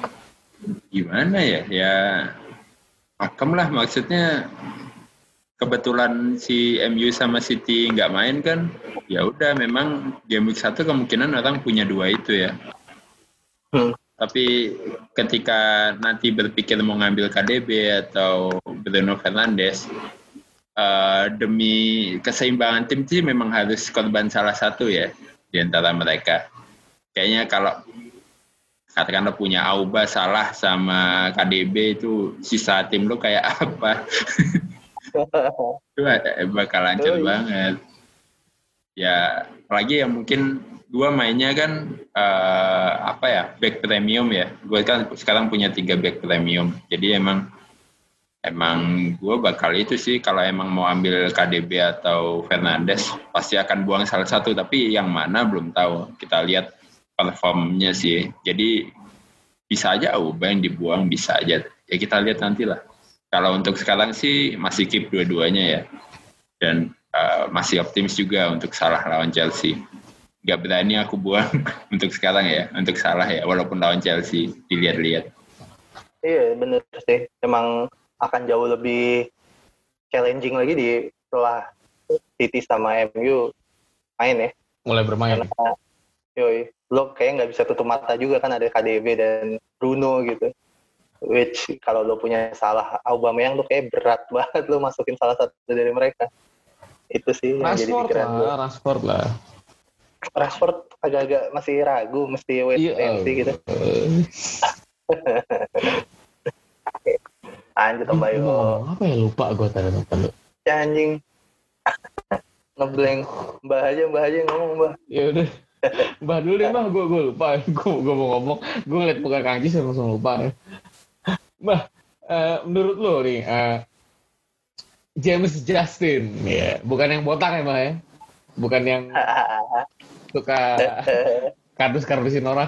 gimana ya? Ya pakem lah, maksudnya kebetulan si M U sama City nggak main kan, ya udah memang game week satu kemungkinan orang punya dua itu ya. Hmm. Tapi ketika nanti berpikir mau ngambil K D B atau Bruno Fernandes, uh, demi keseimbangan tim sih memang harus korban salah satu ya di antara mereka. Kayaknya kalau katakanlah punya Auba, Salah sama K D B itu sisa tim lo kayak apa? Itu bakal lancar oh, iya. banget. Ya, apalagi yang mungkin dua mainnya kan uh, apa ya, back premium ya. Gue kan sekarang punya tiga back premium. Jadi emang emang gue bakal itu sih kalau emang mau ambil K D B atau Fernandes pasti akan buang salah satu. Tapi yang mana belum tahu. Kita lihat performnya sih. Jadi bisa aja Auba yang dibuang, bisa aja. Ya kita lihat nantilah. Kalau untuk sekarang sih masih keep dua-duanya ya. Dan uh, masih optimis juga untuk Salah lawan Chelsea. Gak berani aku buang untuk sekarang ya. Untuk Salah ya, walaupun lawan Chelsea. Dilihat-lihat. Iya bener sih. Emang akan jauh lebih challenging lagi di setelah City sama M U main ya. Mulai bermain. Karena, yoi, lo kayaknya nggak bisa tutup mata juga kan ada K D B dan Bruno gitu. Which kalau lo punya Salah, Aubameyang tuh kayak berat banget lo masukin salah satu dari mereka. Itu sih yang jadi pikiran gue. Rashford lah. Rashford agak-agak masih ragu, mesti wait yeah, and see gitu. Anjir Om Bayu. Apa ya lupa gue tadi nonton lu. Ya anjing. Ngeblank. Mbah aja, mbah aja ngomong mbah. Ya udah. Mbah dulu deh mbah, gue gue lupa. Gue gue mau ngomong, gue ngeliat muka Kang Cis langsung lupa. Mbah, uh, menurut lo nih, uh, James Justin, ya, yeah. bukan yang botak ya mbah ya? bukan yang suka kardus-kardusin orang.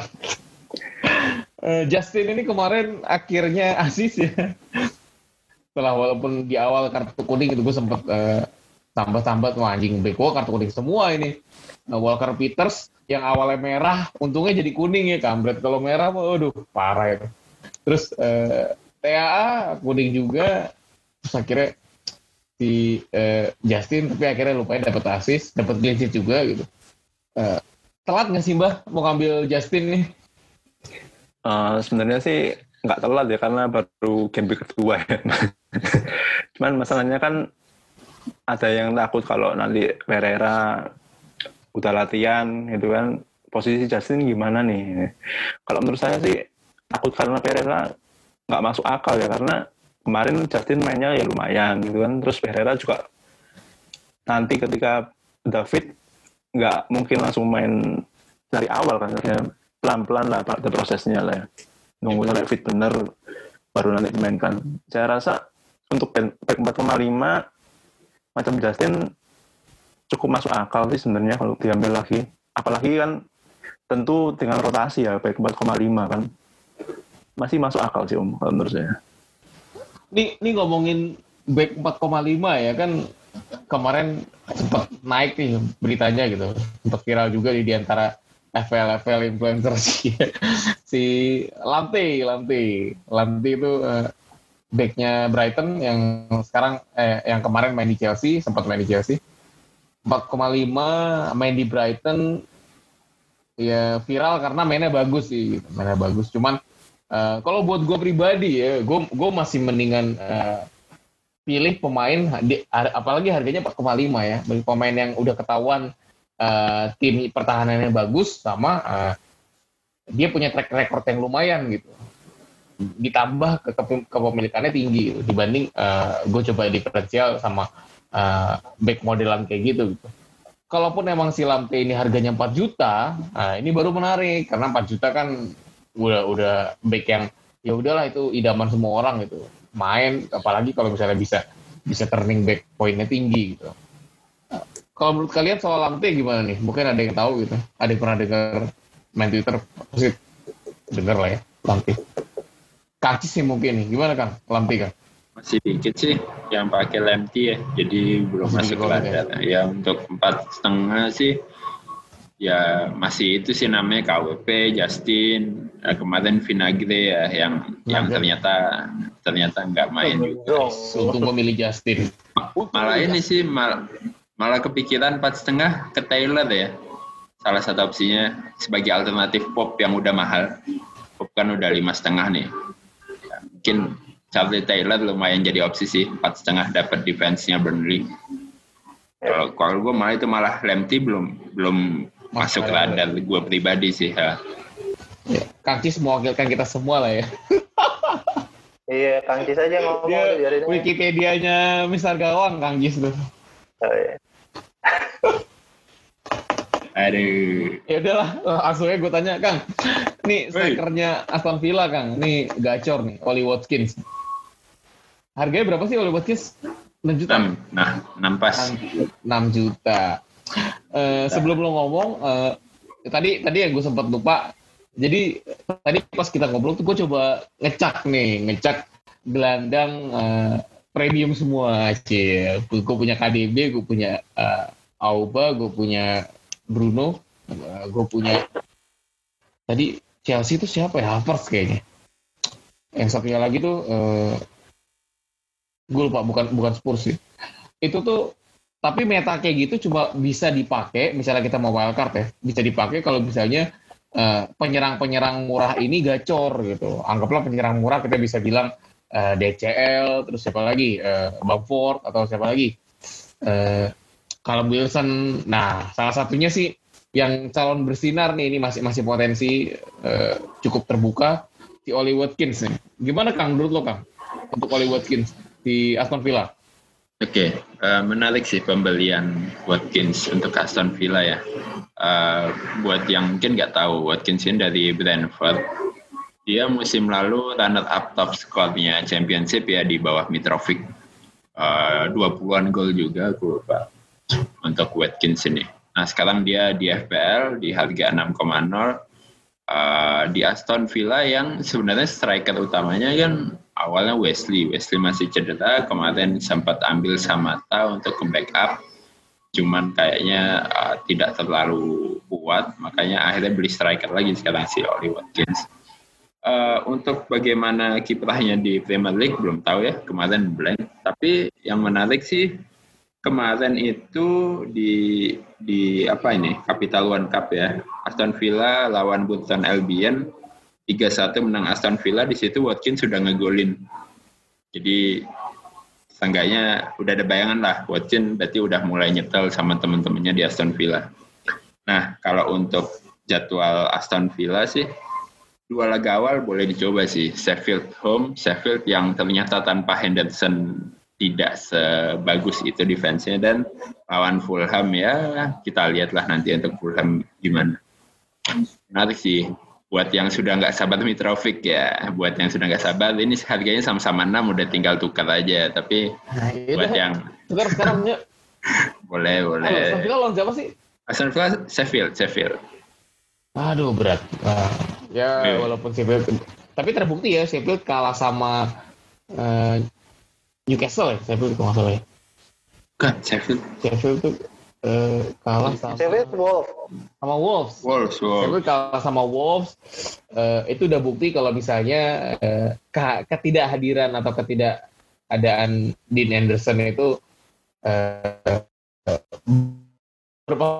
uh, Justin ini kemarin akhirnya asis ya. Setelah walaupun di awal kartu kuning itu gue sempet uh, tambah-tambah tuh anjing beko kartu kuning semua ini. Nah, Walker Peters yang awalnya merah, untungnya jadi kuning ya, kampret. Kalau merah, waduh, parah itu. Terus eh, T A A kuning juga, terus akhirnya si eh, Justin, tapi akhirnya lupain dapat assist, dapat clean sheet juga gitu. Eh, telat nggak sih Mbah mau ngambil Justin nih? Uh, sebenarnya sih nggak telat ya, karena baru game week kedua ya. Cuman masalahnya kan ada yang takut kalau nanti Pereira udah latihan gitu kan, posisi Justin gimana nih? Kalau menurut saya sih takut karena Pereira nggak masuk akal ya, karena kemarin Justin mainnya ya lumayan gitu kan, terus Pereira juga nanti ketika udah fit nggak mungkin langsung main dari awal kan, pelan-pelan lah pada prosesnya lah ya, nunggu sampai fit bener baru nanti dimainkan. Saya rasa untuk back empat koma lima macam Justin cukup masuk akal sih sebenarnya kalau diambil lagi. Apalagi kan tentu dengan rotasi ya, baik empat koma lima kan. Masih masuk akal sih Om, kalau menurut saya. Nih, nih ngomongin back empat koma lima ya kan, kemarin sempat naik nih beritanya gitu. Sempat viral juga di antara F L F L influencer si, si Lamptey, Lamptey. Lamptey itu uh, backnya Brighton yang sekarang, eh, yang kemarin main di Chelsea, sempat main di Chelsea. empat koma lima main di Brighton ya viral karena mainnya bagus sih, gitu. Mainnya bagus. Cuman uh, kalau buat gue pribadi ya, gue gue masih mendingan uh, pilih pemain di, apalagi harganya empat koma lima ya, bagi pemain yang udah ketahuan uh, tim pertahanannya bagus sama uh, dia punya track record yang lumayan gitu. Ditambah ke kepemilikannya tinggi gitu, dibanding uh, gue coba diferensial sama Uh, back modelan kayak gitu gitu. Kalaupun emang si Lamptey ini harganya empat juta, nah ini baru menarik karena empat juta kan udah udah back yang ya udahlah itu idaman semua orang gitu. Main apalagi kalau misalnya bisa bisa turning back poinnya tinggi gitu. Uh, kalau menurut kalian soal Lamptey gimana nih? Mungkin ada yang tahu gitu. Ada yang pernah dengar main Twitter? Pasti dengar lah ya Lamptey. Kacis sih mungkin nih. Gimana Kang? Lamptey Kang? Masih dikit sih yang pakai Lamptey ya, jadi belum masih masuk ladar. Ya. ya untuk empat setengah sih, ya masih itu sih namanya K W P Justin. Nah, kemarin Vinagre ya yang nah, yang ternyata ternyata nggak main juga. Untung memilih Justin. Malah ini sih mal, malah kepikiran empat setengah ke Taylor ya. Salah satu opsinya sebagai alternatif Pop yang udah mahal. Pop kan udah lima setengah nih. Ya, mungkin Charlie Taylor lumayan jadi opsi sih, empat setengah dapat defense-nya Burnley. Kalau kalau gue malah itu malah Lamptey belum belum Mas masuk radar gue pribadi sih. Ya. Ya, Kang Cis mewakilkan kita semua lah ya. Iya, Kang Cis aja ngomong. Dia Wikipedia-nya Mister Gawang, Kang Cis tuh. Oh, iya. Aduh. Ya udahlah, langsung aja gue tanya Kang. Nih strikernya Aston Villa Kang, nih gacor nih, Oli Watkins. Harganya berapa sih Oli Watkins? enam juta? Nah, enam pas. enam juta. Uh, sebelum lo ngomong, uh, tadi tadi yang gue sempat lupa. Jadi tadi pas kita ngobrol tuh gue coba ngecek nih, ngecek gelandang uh, premium semua. Cie. Gue punya K D B, gue punya uh, Auba, gue punya Bruno, uh, gue punya tadi Chelsea itu siapa ya? Havertz kayaknya. Yang satunya lagi tuh uh, gue lupa, bukan bukan Spurs sih. Itu tuh tapi meta kayak gitu cuma bisa dipakai misalnya kita mau wildcard ya, bisa dipakai kalau misalnya uh, penyerang-penyerang murah ini gacor gitu. Anggaplah penyerang murah kita bisa bilang uh, D C L, terus siapa lagi, uh, Bamford atau siapa lagi, uh, Callum Wilson. Nah salah satunya sih yang calon bersinar nih, ini masih masih potensi uh, cukup terbuka, si Oli Watkins nih. Gimana Kang menurut lo Kang untuk Oli Watkins di Aston Villa? Oke, okay. uh, menarik sih pembelian Watkins untuk Aston Villa ya. Uh, buat yang mungkin nggak tahu, Watkins ini dari Brentford. Dia musim lalu runner up top score-nya Championship ya di bawah Mitrovic. Uh, dua puluhan gol juga, gue lupa untuk Watkins ini. Nah sekarang dia di F P L di harga enam koma nol. Uh, di Aston Villa yang sebenarnya striker utamanya kan awalnya Wesley. Wesley masih cedera, kemarin sempat ambil Samata untuk ke backup. Cuman kayaknya uh, tidak terlalu kuat, makanya akhirnya beli striker lagi sekarang si Ollie Watkins. Uh, untuk bagaimana kiprahnya di Premier League belum tahu ya, kemarin blank. Tapi yang menarik sih kemarin itu di di apa ini Capital One Cup ya, Aston Villa lawan Burton Albion tiga satu menang Aston Villa. Di situ Watkins sudah ngegolin. Jadi seenggaknya udah ada bayangan lah Watkins berarti udah mulai nyetel sama teman-temannya di Aston Villa. Nah kalau untuk jadwal Aston Villa sih dua laga awal boleh dicoba sih. Sheffield home, Sheffield yang ternyata tanpa Henderson tidak sebagus itu defense-nya, dan lawan Fulham ya kita lihatlah nanti untuk Fulham gimana. Menarik sih buat yang sudah nggak sabar Mitrovic ya, buat yang sudah nggak sabar ini harganya sama-sama enam udah tinggal tukar aja, tapi nah, buat yang tukar sekarang ya boleh boleh. Aston Villa lawan siapa sih? Aston Villa Sheffield Sheffield. Aduh berat. Nah, ya yeah. Walaupun Sheffield tapi terbukti ya Sheffield kalah sama uh, Newcastle ya, Sheffield itu nggak salah ya. Kan Sheffield. Sheffield itu uh, kalah sama Sheffield Wolves. Sama Wolves. Wolves. Wolves. Sheffield kalah sama Wolves. Uh, itu udah bukti kalau misalnya uh, ketidakhadiran atau ketidakadaan Dean Henderson itu uh, berapa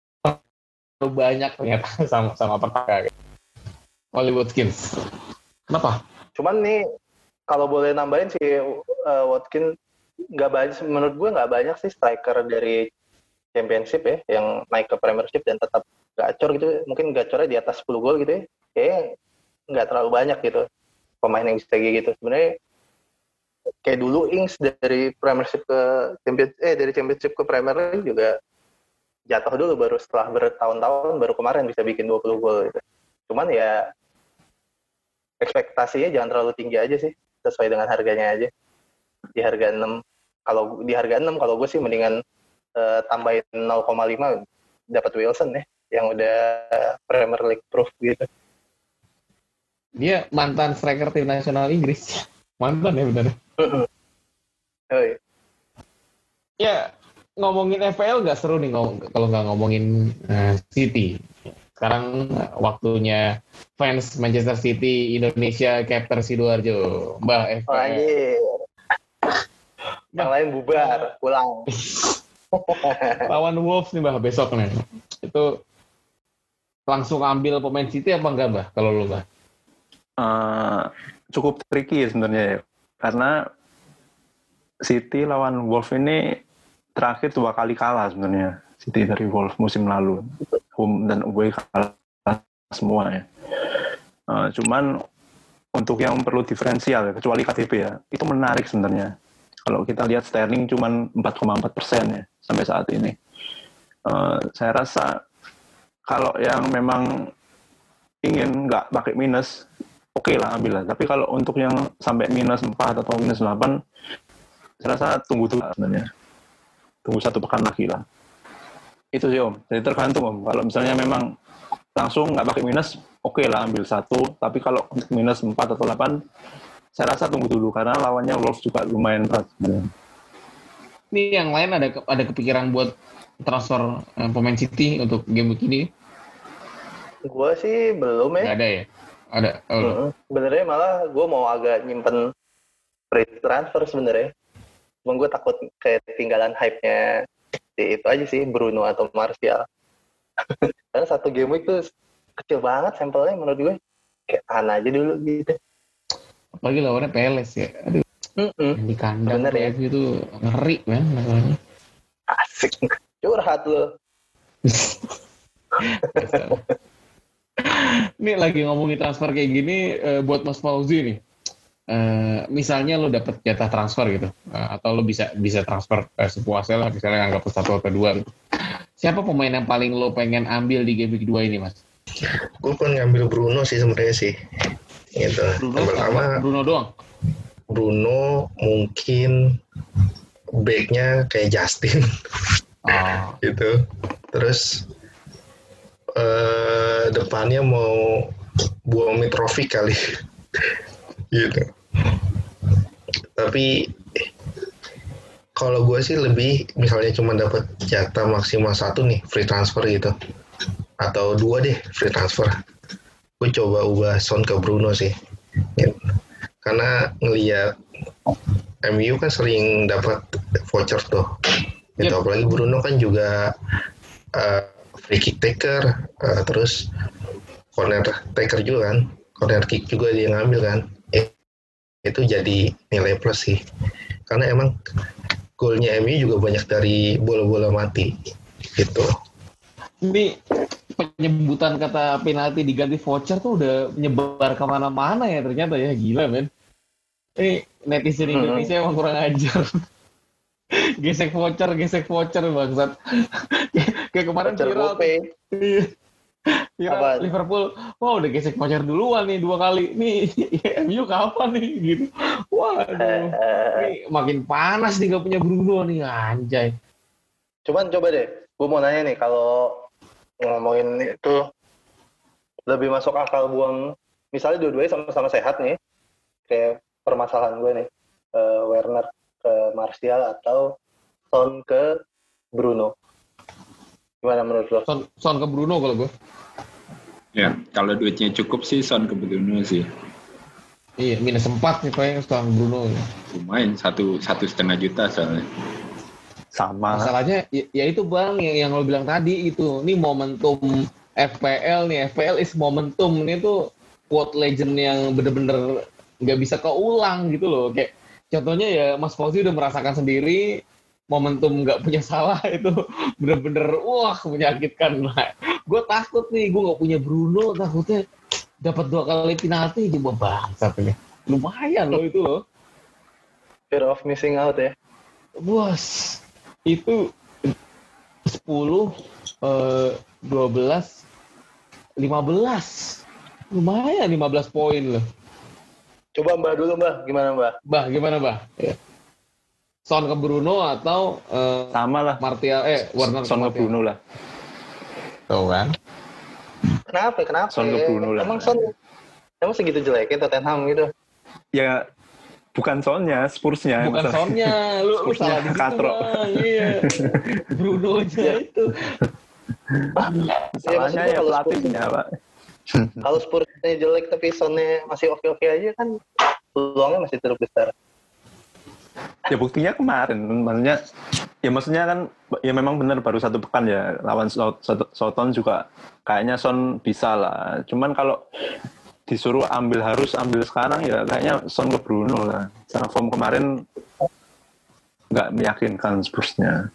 banyak ternyata sama sama pertaka. Ollie Watkins. Kenapa? Cuman nih kalau boleh nambahin si uh, Watkins nggak banyak, menurut gue nggak banyak sih striker dari Championship ya yang naik ke Premiership dan tetap gacor gitu. Mungkin gacornya di atas sepuluh gol gitu ya. Kayaknya nggak terlalu banyak gitu pemain yang bisa kayak gitu. Sebenarnya kayak dulu Ings dari Premiership ke Championship eh dari Championship ke Premier League juga jatuh dulu baru setelah bertahun-tahun baru kemarin bisa bikin dua puluh gol gitu. Cuman ya ekspektasinya jangan terlalu tinggi aja sih. Sesuai dengan harganya aja. Di harga enam. Kalau di harga enam, kalau gue sih mendingan uh, tambahin nol koma lima dapat Wilson ya, yang udah Premier League proof gitu. Dia mantan striker tim nasional Inggris. Mantan ya benar. Oh iya. Ya, ngomongin F P L nggak seru nih kalau nggak ngomongin uh, City. Sekarang waktunya fans Manchester City Indonesia Capter Sidoarjo, Mbah F P L. Anjir. Yang lain bubar, pulang. Lawan Wolves nih Mbah besok nih. Itu langsung ambil pemain City apa enggak Mbah kalau lu Mbah? Uh, cukup tricky sebenarnya ya. Karena City lawan Wolves ini terakhir dua kali kalah sebenarnya. City dari Wolves musim lalu. Home dan away kalah semua ya. Uh, cuman untuk yang perlu diferensial ya, kecuali K T P ya, itu menarik sebenarnya. Kalau kita lihat Sterling cuman empat koma empat persen ya sampai saat ini. Uh, saya rasa kalau yang memang ingin nggak pakai minus, oke okay lah ambil lah. Tapi kalau untuk yang sampai minus empat atau minus delapan, saya rasa tunggu dulu sebenarnya. Tunggu satu pekan lagi lah. Itu sih Om, jadi tergantung Om. Kalau misalnya memang langsung nggak pakai minus, oke okay lah ambil satu. Tapi kalau untuk minus empat atau delapan, saya rasa tunggu dulu karena lawannya Wolves juga lumayan berat. Ini yang lain ada ada kepikiran buat transfer uh, pemain City untuk game week ini? Gue sih belum ya. Nggak ada ya? Ada. Oh, mm-hmm. Sebenarnya malah gue mau agak nyimpen free transfer sebenarnya. Cuma gue takut kayak ketinggalan hype-nya itu aja sih, Bruno atau Martial. Karena satu game week tuh kecil banget sampelnya menurut gue. Kayak tahan aja dulu gitu. Apalagi lawannya P L S ya. Aduh. Mm-mm. Di kandang bener ya. Gitu ngeri kan masalahnya. Asik. Curhat lo. Ini lagi ngomongin transfer kayak gini uh, buat Mas Fauzi nih. Uh, misalnya lo dapet jatah transfer gitu, uh, atau lo bisa bisa transfer uh, sepuasnya lah, misalnya anggap satu atau dua gitu. Siapa pemain yang paling lo pengen ambil di game week dua ini, Mas? Gue kan ngambil Bruno sih sebenarnya sih. Gitu. Bruno, yang pertama Bruno doang. Bruno mungkin backnya kayak Justin, oh. gitu. terus uh, depannya mau buang Mitrovic kali gitu. Tapi kalau gue sih lebih misalnya cuma dapat jatah maksimal satu nih free transfer gitu, atau dua deh free transfer, gue coba ubah Son ke Bruno sih gitu. Karena ngelihat M U kan sering dapat voucher tuh gitu. Yep. Apalagi Bruno kan juga uh, free kick taker, uh, terus corner taker juga kan, corner kick juga dia ngambil kan. Eh, itu jadi nilai plus sih, karena emang golnya M U juga banyak dari bola-bola mati gitu. Ini penyebutan kata penalti diganti voucher tuh udah menyebar kemana-mana ya ternyata ya, gila men. Eh netizen Indonesia hmm. emang kurang ajar. gesek voucher, gesek voucher bangsat. Kayak kemarin viral. Viral Liverpool, wah udah gesek voucher duluan nih dua kali. Nih M U kapan nih gitu. Waduh, ini makin panas nih gak punya Bruno nih, anjay. Cuman coba deh, gue mau nanya nih, kalau ngomongin itu lebih masuk akal buang, misalnya dua-duanya sama-sama sehat nih, kayak permasalahan gue nih, uh, Werner ke Martial atau Son ke Bruno. Gimana menurut lo? Son, Son ke Bruno kalau gue. Ya, kalau duitnya cukup sih Son ke Bruno sih. Iya, minus empat nih paling Son Bruno. Ya. Lumayan, satu satu setengah juta soalnya. Sama. Masalahnya, ya, ya itu bang yang yang lo bilang tadi itu, ini momentum F P L nih, F P L is momentum, ini tuh quote legend yang bener-bener nggak bisa keulang gitu loh. Kayak contohnya ya Mas Fauzi udah merasakan sendiri. Momentum nggak punya salah itu bener-bener wah menyakitkan lah. Gue takut nih, gue nggak punya Bruno, takutnya dapat dua kali penalti coba bangsat ini. Lumayan loh itu loh. Fear of missing out ya. Bos, itu sepuluh, dua belas, lima belas. Lumayan lima belas poin loh. Coba Mbak dulu Mbak, gimana Mbak? Mbak, gimana Mbak? Ya. Son ke Bruno atau uh, sama lah Martial eh Werner Son ke Bruno lah. Tuh kan. Kenapa? Kenapa? Son ke Bruno lah. Emang Son emang segitu jeleknya Tottenham gitu? Ya bukan Sonnya, Spurs-nya. Bukan Sonnya, lu, lu salah di situ Bang. Iya. Bruno-nya itu. Salahnya ya, ya pelatihnya, Pak. Kalau Spurs-nya jelek tapi Sonnya masih oke-oke aja kan peluangnya masih terus besar. Ya buktinya kemarin, maksudnya ya maksudnya kan ya memang benar baru satu pekan ya lawan Southampton juga kayaknya Son bisa lah. Cuman kalau disuruh ambil harus ambil sekarang ya kayaknya Son ke Bruno lah. Karena form kemarin nggak meyakinkan Spurs-nya.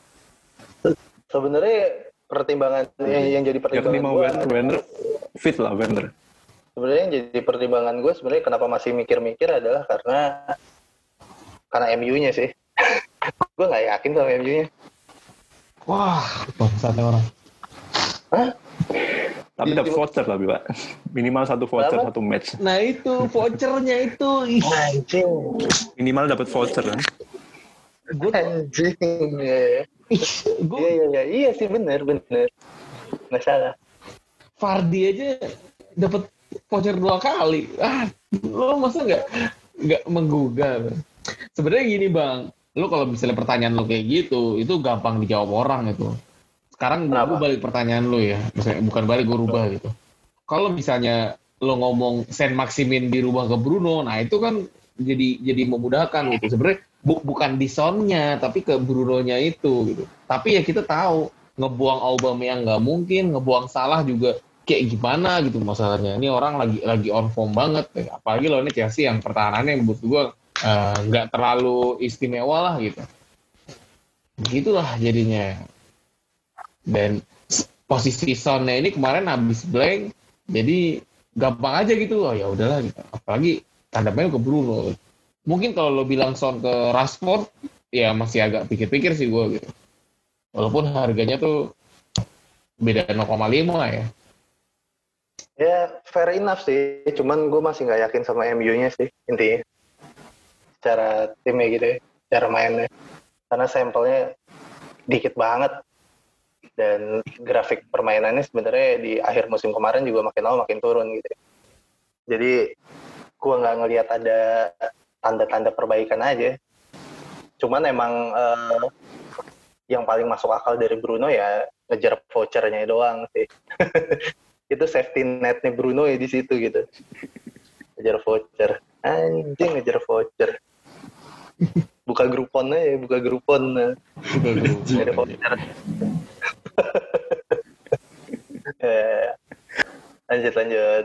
Sebenarnya pertimbangan yang, yang jadi pertimbangan ya, gue Werner, Werner fit lah Werner. Sebenarnya yang jadi pertimbangan gue sebenarnya kenapa masih mikir-mikir adalah karena karena M U-nya sih. Gue nggak yakin sama M U-nya. Wah, bangsatnya orang. Hah? Tapi dapat voucher lah, Pak. Minimal satu voucher, Berapa? Satu match. Nah itu, vouchernya itu. Anjing. Minimal dapat voucher kan? Gue anjing. Iya, iya, iya. Iya sih, bener, bener. Nggak salah. Fardi aja dapat voucher dua kali. Ah, lo masa nggak nggak menggugah? Sebenarnya gini bang, lo kalau misalnya pertanyaan lo kayak gitu, itu gampang dijawab orang itu. Sekarang gue balik pertanyaan lo ya, misalnya bukan balik gue rubah gitu. Kalau misalnya lo ngomong Saint Maximin dirubah ke Bruno, nah itu kan jadi jadi memudahkan gitu. Sebenarnya bu, bukan di Son-nya, tapi ke Bruno-nya itu gitu. Tapi ya kita tahu ngebuang Aubameyang nggak mungkin, ngebuang Salah juga kayak gimana gitu masalahnya. Ini orang lagi lagi on form banget, apalagi lo ini Chelsea yang pertahanannya menurut gue nggak uh, terlalu istimewa lah gitu. Begitulah jadinya. Dan posisi Son-nya ini kemarin habis blank, jadi gampang aja gitu. Oh ya udahlah gitu. Apalagi hadapnya ke Bruno. Mungkin kalau lo bilang Son ke Rashford, ya masih agak pikir-pikir sih gue gitu. Walaupun harganya tuh beda nol koma lima ya. Ya fair enough sih. Cuman gue masih nggak yakin sama M U-nya sih intinya. Cara timnya gitu ya, cara mainnya. Karena sampelnya dikit banget. Dan grafik permainannya sebenarnya di akhir musim kemarin juga makin lama makin turun gitu. Jadi gue nggak ngelihat ada tanda-tanda perbaikan aja. Cuman emang uh, yang paling masuk akal dari Bruno ya ngejar vouchernya doang sih. Itu safety netnya Bruno ya di situ gitu. Ngejar voucher. Anjing ngejar voucher. Buka Groupon aja, buka Groupon. Buka Groupon. Ada voucher. Ya. Lanjut lanjut.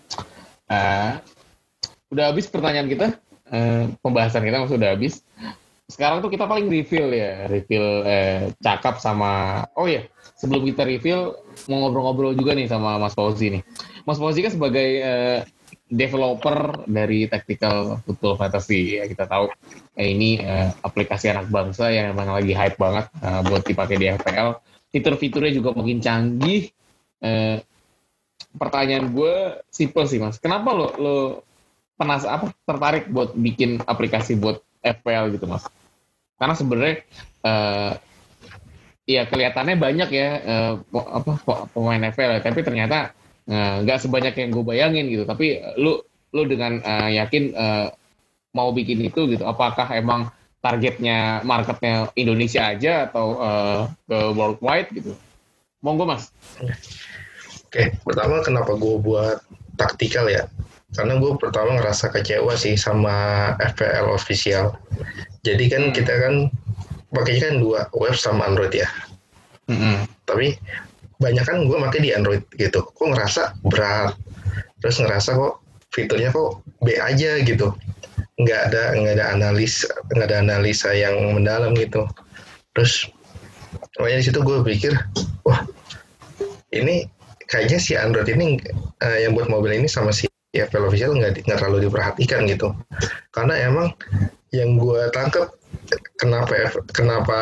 Uh, udah habis pertanyaan kita, uh, pembahasan kita maksudnya udah habis. Sekarang tuh kita paling reveal ya, reveal eh, cakap sama, oh ya, sebelum kita reveal mau ngobrol-ngobrol juga nih sama Mas Fauzi nih. Mas Fauzi kan sebagai eh, developer dari Tactical Football Fantasy, ya kita tahu eh, ini eh, aplikasi anak bangsa yang emang lagi hype banget eh, buat dipakai di F P L. Fitur-fiturnya juga makin canggih. Eh, pertanyaan gue simple sih Mas, kenapa lo lo penas apa tertarik buat bikin aplikasi buat F P L gitu Mas? Karena sebenarnya uh, ya kelihatannya banyak ya uh, apa pemain F P L, tapi ternyata nggak uh, sebanyak yang gue bayangin gitu. Tapi lu lu dengan uh, yakin uh, mau bikin itu gitu, apakah emang targetnya marketnya Indonesia aja atau uh, ke worldwide gitu? Monggo Mas. Oke, pertama kenapa gue buat taktikal ya? Karena gue pertama ngerasa kecewa sih sama F P L official. Jadi kan hmm. kita kan pakainya kan dua, web sama Android ya. Hmm. Tapi banyak kan gue pakai di Android gitu. Kok ngerasa berat. Terus ngerasa kok fiturnya kok B aja gitu. Nggak ada nggak ada analis nggak ada analisa yang mendalam gitu. Terus makanya di situ gue pikir, wah ini kayaknya si Android ini uh, yang buat mobil ini sama si F P L official nggak nggak terlalu diperhatikan gitu. Karena emang yang gue tangkep kenapa F, kenapa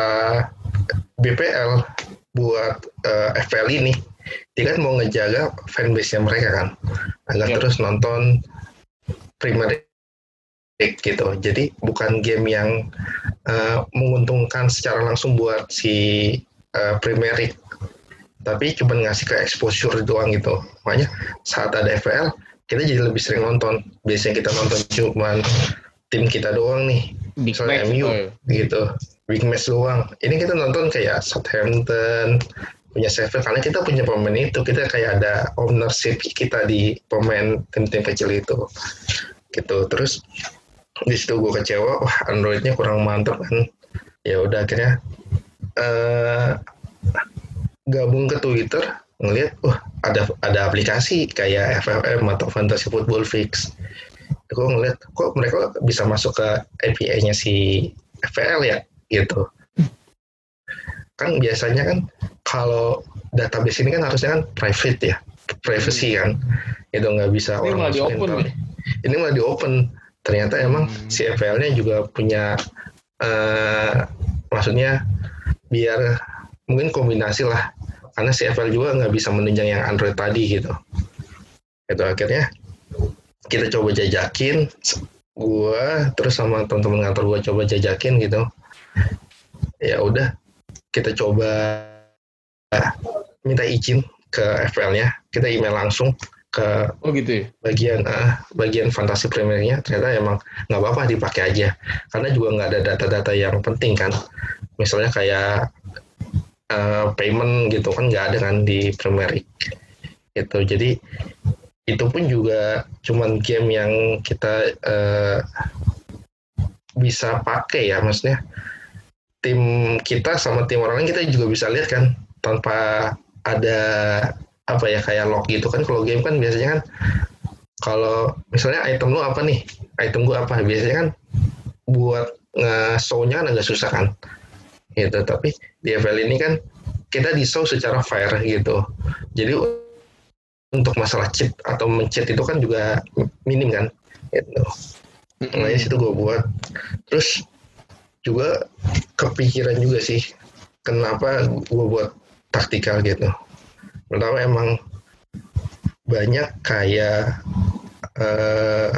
B P L buat uh, F P L ini, dia kan mau ngejaga fanbase-nya mereka kan, agar yep. terus nonton Premier League gitu. Jadi bukan game yang uh, menguntungkan secara langsung buat si uh, Premier League, tapi cuma ngasih ke exposure doang gitu. Makanya saat ada F P L kita jadi lebih sering nonton. Biasanya kita nonton cuma tim kita doang nih, big misalnya M U gitu, big match doang. Ini kita nonton kayak Southampton, punya Sheffield, karena kita punya pemain itu, kita kayak ada ownership kita di pemain tim-tim kecil itu, gitu. Terus di situ gue kecewa, wah Androidnya kurang mantap kan. Ya udah akhirnya uh, gabung ke Twitter, ngelihat, wah ada ada aplikasi kayak F F M atau Fantasy Football Fix. Gue ngeliat, kok mereka bisa masuk ke A P I-nya si F P L ya, gitu. Kan biasanya kan, kalau database ini kan harusnya kan private ya, privacy kan. Itu nggak bisa ini orang masukin. Open, ya? Ini malah di open. Ternyata emang hmm. si F P L-nya juga punya, uh, maksudnya biar mungkin kombinasi lah. Karena si F P L juga nggak bisa menunjang yang Android tadi gitu. Itu akhirnya kita coba jajakin, gue terus sama teman-teman kantor gue coba jajakin gitu. Ya udah, kita coba minta izin ke F P L-nya, kita email langsung ke oh gitu ya? bagian uh, bagian Fantasi Premier-nya. Ternyata emang nggak apa-apa dipakai aja, karena juga nggak ada data-data yang penting kan. Misalnya kayak uh, payment gitu kan nggak ada kan di Premier League. Gitu. Jadi itu pun juga cuman game yang kita uh, bisa pakai ya, maksudnya tim kita sama tim orang lain kita juga bisa lihat kan, tanpa ada apa ya kayak log gitu kan. Kalau game kan biasanya kan, kalau misalnya item lu apa nih, item gua apa, biasanya kan buat nge-show-nya kan agak susah kan gitu. Tapi di F P L ini kan kita di-show secara fair gitu, jadi untuk masalah cheat atau men-cheat itu kan juga minim kan gitu. Makanya situ gue buat. Terus juga kepikiran juga sih kenapa gue buat taktikal gitu. Pertama emang banyak kayak uh,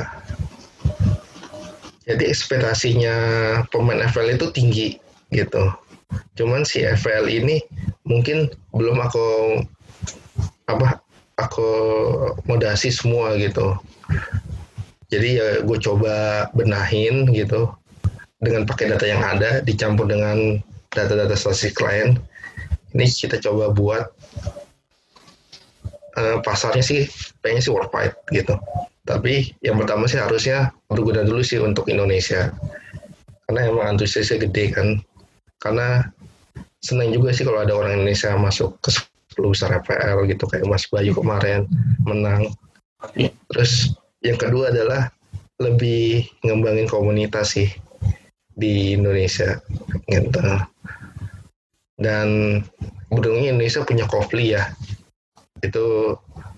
jadi ekspektasinya pemain F P L itu tinggi gitu. Cuman si F P L ini mungkin belum aku apa akomodasi semua gitu. Jadi ya gue coba benahin gitu dengan pakai data yang ada dicampur dengan data-data statistik lain. Ini kita coba buat uh, pasarnya sih pengennya sih worldwide gitu. Tapi yang pertama sih harusnya berguna dulu sih untuk Indonesia. Karena emang antusiasnya gede kan. Karena senang juga sih kalau ada orang Indonesia masuk ke sepuluh besar F P L gitu kayak Mas Bayu kemarin menang. Terus yang kedua adalah lebih ngembangin komunitas sih di Indonesia gitu. Dan beruntungnya Indonesia punya Kofli ya. Itu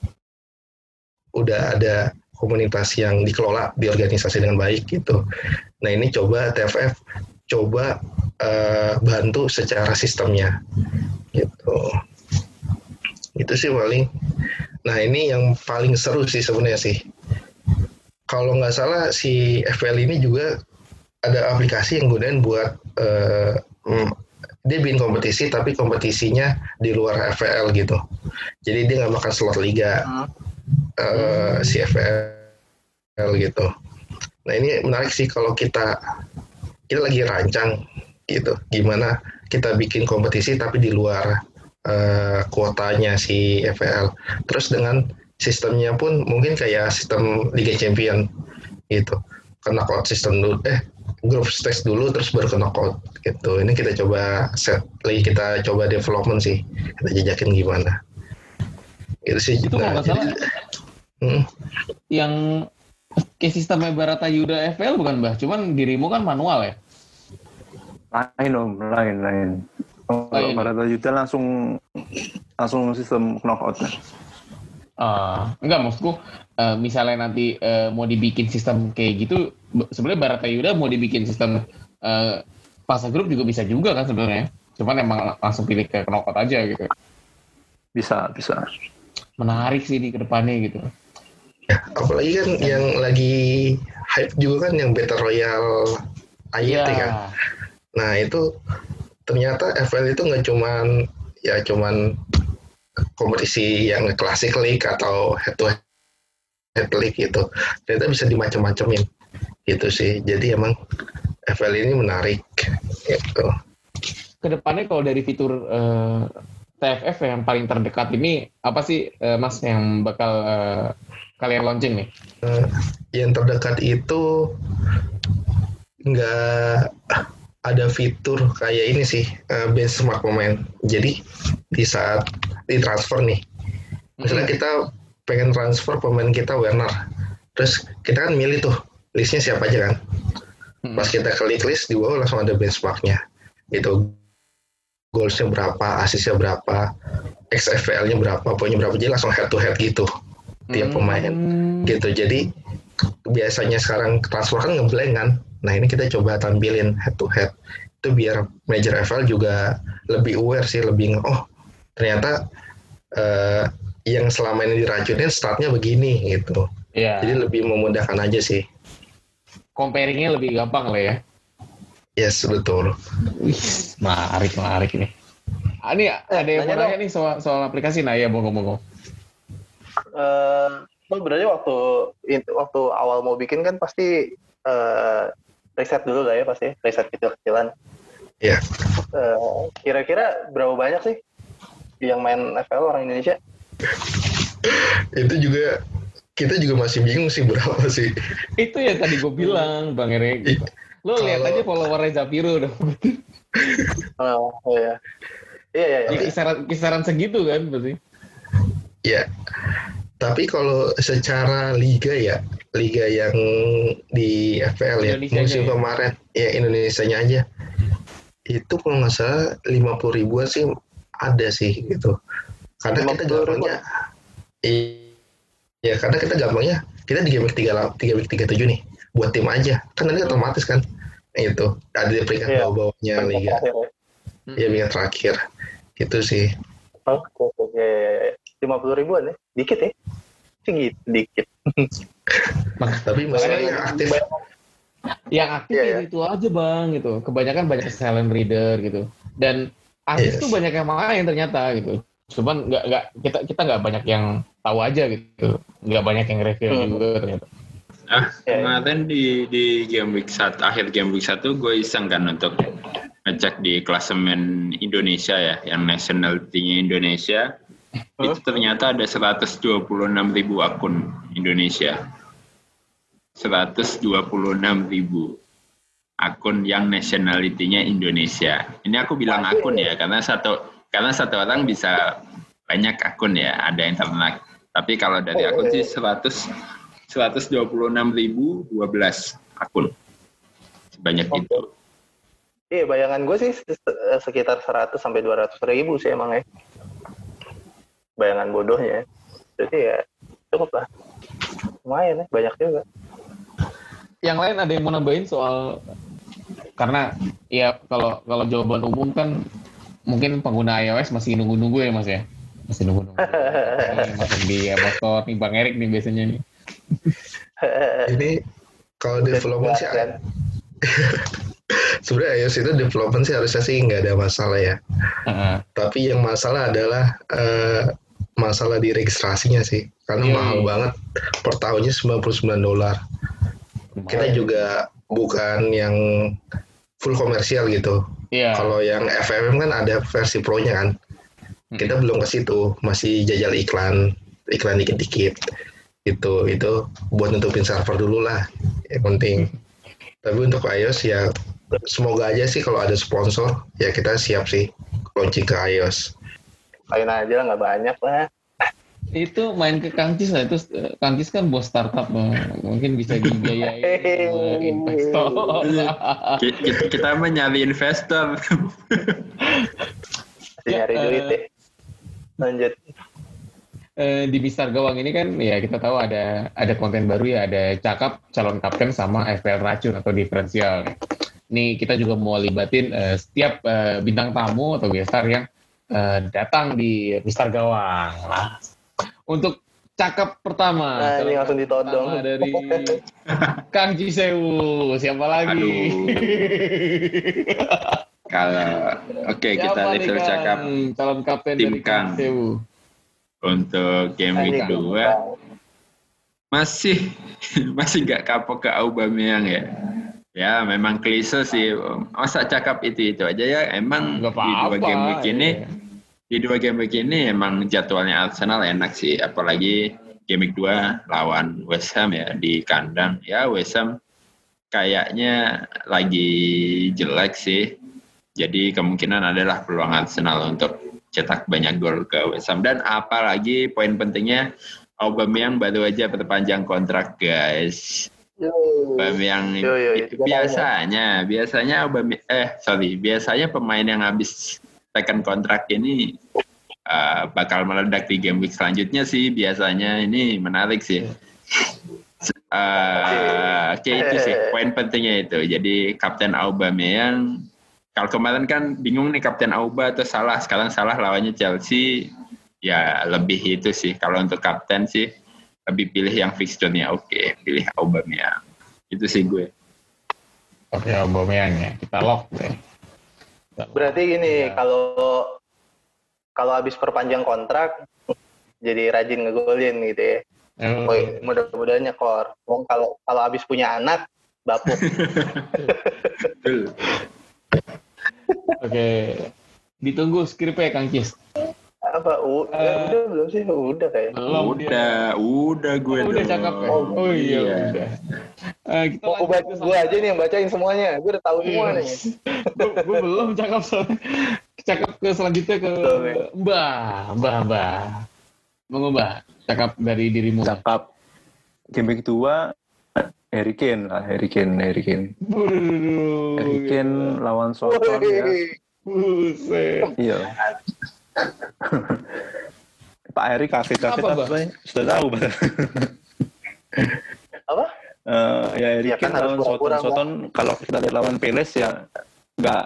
udah ada komunitas yang dikelola di organisasi dengan baik gitu. Nah ini coba T F F coba uh, bantu secara sistemnya gitu. Itu sih paling. Nah ini yang paling seru sih sebenarnya sih. Kalau nggak salah si F P L ini juga ada aplikasi yang gunain buat uh, mm, dia bikin kompetisi tapi kompetisinya di luar F P L gitu. Jadi dia nggak makan slot liga hmm. uh, si F P L gitu. Nah ini menarik sih kalau kita kita lagi rancang gitu. Gimana kita bikin kompetisi tapi di luar uh, kuotanya si F P L. Terus dengan sistemnya pun mungkin kayak sistem Liga Champion gitu. Ke knockout sistem dulu, eh group stage dulu terus baru ke knockout gitu. Ini kita coba set, lagi kita coba development sih. Kita jajakin gimana. Itu sih. Itu kalau nggak salah hmm? yang kayak sistemnya Barata Yuda F L bukan Mbah? Cuman dirimu kan manual ya? Lain om, lain, lain. Oh, kalau Barata Yuda langsung langsung sistem knockout kan? Uh, enggak maksudku uh, misalnya nanti uh, mau dibikin sistem kayak gitu sebenarnya Barata Yuda mau dibikin sistem uh, fase grup juga bisa juga kan sebenarnya cuman emang langsung pilih ke knockout aja gitu bisa bisa menarik sih di kedepannya gitu ya apalagi kan yang lagi hype juga kan yang Battle Royale A Y T ya. Kan nah itu ternyata F L itu nggak cuman ya cuman kompetisi yang klasik league atau head to head league gitu ternyata bisa dimacam-macamin gitu sih jadi emang F L ini menarik gitu. Kedepannya kalau dari fitur uh, T F F yang paling terdekat ini apa sih uh, Mas yang bakal uh, kalian launching nih? Uh, yang terdekat itu nggak ada fitur kayak ini sih uh, benchmark pemain. Jadi di saat ditransfer nih, misalnya kita pengen transfer pemain kita Werner, terus kita kan milih tuh listnya siapa aja kan. Pas kita klik list di bawah langsung ada benchmarknya, gitu. Goalsnya berapa, asisnya berapa, X F P L-nya berapa, poinnya berapa, jadi langsung head to head gitu tiap pemain, gitu. Jadi biasanya sekarang transfer kan ngeblank kan. Nah ini kita coba tampilin head to head itu biar manajer F L juga lebih aware sih, lebih oh ternyata uh, yang selama ini diracunin startnya begini gitu. Yeah. Jadi lebih memudahkan aja sih. Comparingnya lebih gampang lah ya. Yes betul. Wih, menarik menarik nih. Ah, ini ada yang mau nanya nih soal soal aplikasi. Nah ya monggo-monggo. Uh, berarti waktu waktu awal mau bikin kan pasti uh, riset dulu lah ya pasti, riset kecil-kecilan. Iya. Yeah. Uh, kira-kira berapa banyak sih yang main F L orang Indonesia? Itu juga, kita juga masih bingung sih berapa sih. Itu ya tadi gue bilang, Bang Erik. Gitu. Lo lihat aja followernya Zapiro dong. Oh, oh ya. Iya, iya, iya. Kisaran, kisaran segitu kan pasti. Iya. Tapi kalau secara liga ya, liga yang di F P L ya, musim ya? Kemarin, ya Indonesianya aja, itu kalau nggak salah lima puluh ribuan sih ada sih gitu. Karena kita gampangnya, iya karena kita gampangnya, kita di game tiga tiga tiga tujuh nih, buat tim aja, kan nanti otomatis kan, itu ada di peringkat yeah. bawah-bawahnya liga, hmm. ya peringkat terakhir, itu sih. Oh, oke, ya, lima puluh ribuan ya, dikit ya. Sedikit, dikit. Tapi masalahnya yang aktif. Yang aktif yeah, itu yeah. aja bang, gitu. Kebanyakan banyak silent reader gitu. Dan artis yes. tuh banyak yang main ternyata gitu. Cuman nggak nggak kita kita nggak banyak yang tahu aja gitu, nggak banyak yang reveal hmm. juga ternyata. Ah kemarin di di game week satu akhir game week satu gue iseng kan untuk ngecek di klasemen Indonesia ya, yang nationality-nya Indonesia. Huh? Itu ternyata ada seratus dua puluh enam ribu akun Indonesia. seratus dua puluh enam ribu akun yang nationality-nya Indonesia. Ini aku bilang akun ya, karena satu Karena satu orang bisa banyak akun ya, ada internet. Tapi kalau dari akun sih seratus, seratus dua puluh enam ribu dua belas akun. Sebanyak oh. itu. Iya, bayangan gue sih sekitar seratus sampai dua ratus ribu sih emang ya. Bayangan bodohnya. Jadi ya cukup lah. Lumayan ya, banyak juga. Yang lain ada yang mau nambahin soal, karena ya kalau kalau jawaban umum kan mungkin pengguna iOS masih nunggu-nunggu ya Mas ya? Masih nunggu-nunggu. Masuk di Apple Store nih Bang Erik nih biasanya nih. Ini kalau development sih kan. Sebenarnya iOS itu development sih harusnya sih nggak ada masalah ya. Uh-huh. Tapi yang masalah adalah uh, masalah di registrasinya sih. Karena yeah. mahal banget. Per tahunnya sembilan puluh sembilan dolar. Kita juga bukan yang full komersial gitu. Yeah. Kalau yang F M M kan ada versi pro-nya kan. Kita hmm. belum ke situ, masih jajal iklan, iklan dikit-dikit. Gitu, itu buat nutupin server dulu lah, yang penting. Tapi untuk iOS ya semoga aja sih kalau ada sponsor, ya kita siap sih launching ke iOS. Main aja lah, nggak banyak lah. Itu main ke Kang Cis lah, itu Kang Cis kan bos startup, mungkin bisa dibiayain investor. kita, kita mah nyari investor. Nyari duit deh. Lanjut. Eh, di Mister Gawang ini kan ya kita tahu ada ada konten baru ya, ada cakap calon kapten sama F P L racun atau diferensial. Ini kita juga mau libatin uh, setiap uh, bintang tamu atau gestar yang uh, datang di Mister Gawang. Nah, untuk cakap pertama, nah, ini langsung ditodong dari Kang Cisewu, siapa lagi? Kalau oke okay, kita level cakap calon kapten tim dari Kang Cisewu. Untuk game week kedua masih masih nggak kapok ke Aubameyang ya. Ya memang klise sih, masa cakap itu itu aja ya. Emang gak di dua game week ini ya. Di dua game week ini emang jadwalnya Arsenal enak sih, apalagi game week dua lawan West Ham ya di kandang. Ya West Ham kayaknya lagi jelek sih, jadi kemungkinan adalah peluang Arsenal untuk cetak banyak gol ke West Ham. Dan apalagi poin pentingnya Aubameyang baru aja perpanjang kontrak guys. Aubameyang biasanya biasanya Aubameyang eh sorry biasanya pemain yang habis tekan kontrak ini uh, bakal meledak di game week selanjutnya sih biasanya. Ini menarik sih. Uh, Oke okay, itu sih poin pentingnya itu. Jadi Kapten Aubameyang, kalau kemarin kan bingung nih Kapten Auba atau Salah, sekarang Salah lawannya Chelsea, ya lebih itu sih. Kalau untuk kapten sih lebih pilih yang fixture-nya oke, okay, pilih Aubameyang. Itu sih gue. Oke, Aubameyang ya, kita lock deh. Berarti gini, ya. kalau kalau habis perpanjang kontrak jadi rajin ngegolin gitu ya. Hmm. Oh, mudah-mudahan nyekor. Oh, kalau kalau habis punya anak bapuk. Oke. Ditunggu skripnya Kang Cis. Apa? U- uh, ya, udah belum sih? Udah kayak. Belum. Udah, udah gue oh, udah cakap ya. Oh, oh iya, iya. Udah. Uh, kita oh, baca, gue aja nih yang bacain semuanya. Gue udah tahu semua nih. Gue belum cakap soalnya. Cakap ke selanjutnya ke Mbah, Mbah, Mbah. Mengubah cakap dari dirimu. Cakap game kedua Harry Kane lah, Harry Kane, Harry Kane. Harry Kane lawan Southampton ya. Buset. Iya. Pak Eri kaget kaget apa? Sudah tahu Pak. Apa? Uh, ya Harry ya, Kane kan lawan Southampton. Southampton kalau kita lihat lawan Palace ya nggak.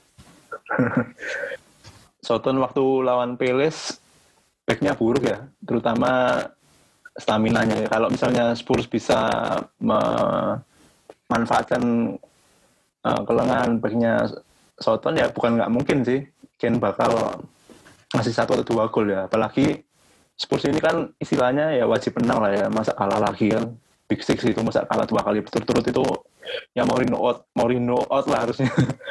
Southampton waktu lawan Palace backnya buruk ya, terutama staminanya. Kalau misalnya Spurs bisa memanfaatkan uh, kelengahan backnya Soton ya bukan nggak mungkin sih Ken bakal ngasih satu atau dua gol ya. Apalagi Spurs ini kan istilahnya ya wajib menang lah ya. Masa kalah lagi kan. Big Six itu masa kalah dua kali berturut-turut itu ya Mourinho out, Mourinho out lah harusnya.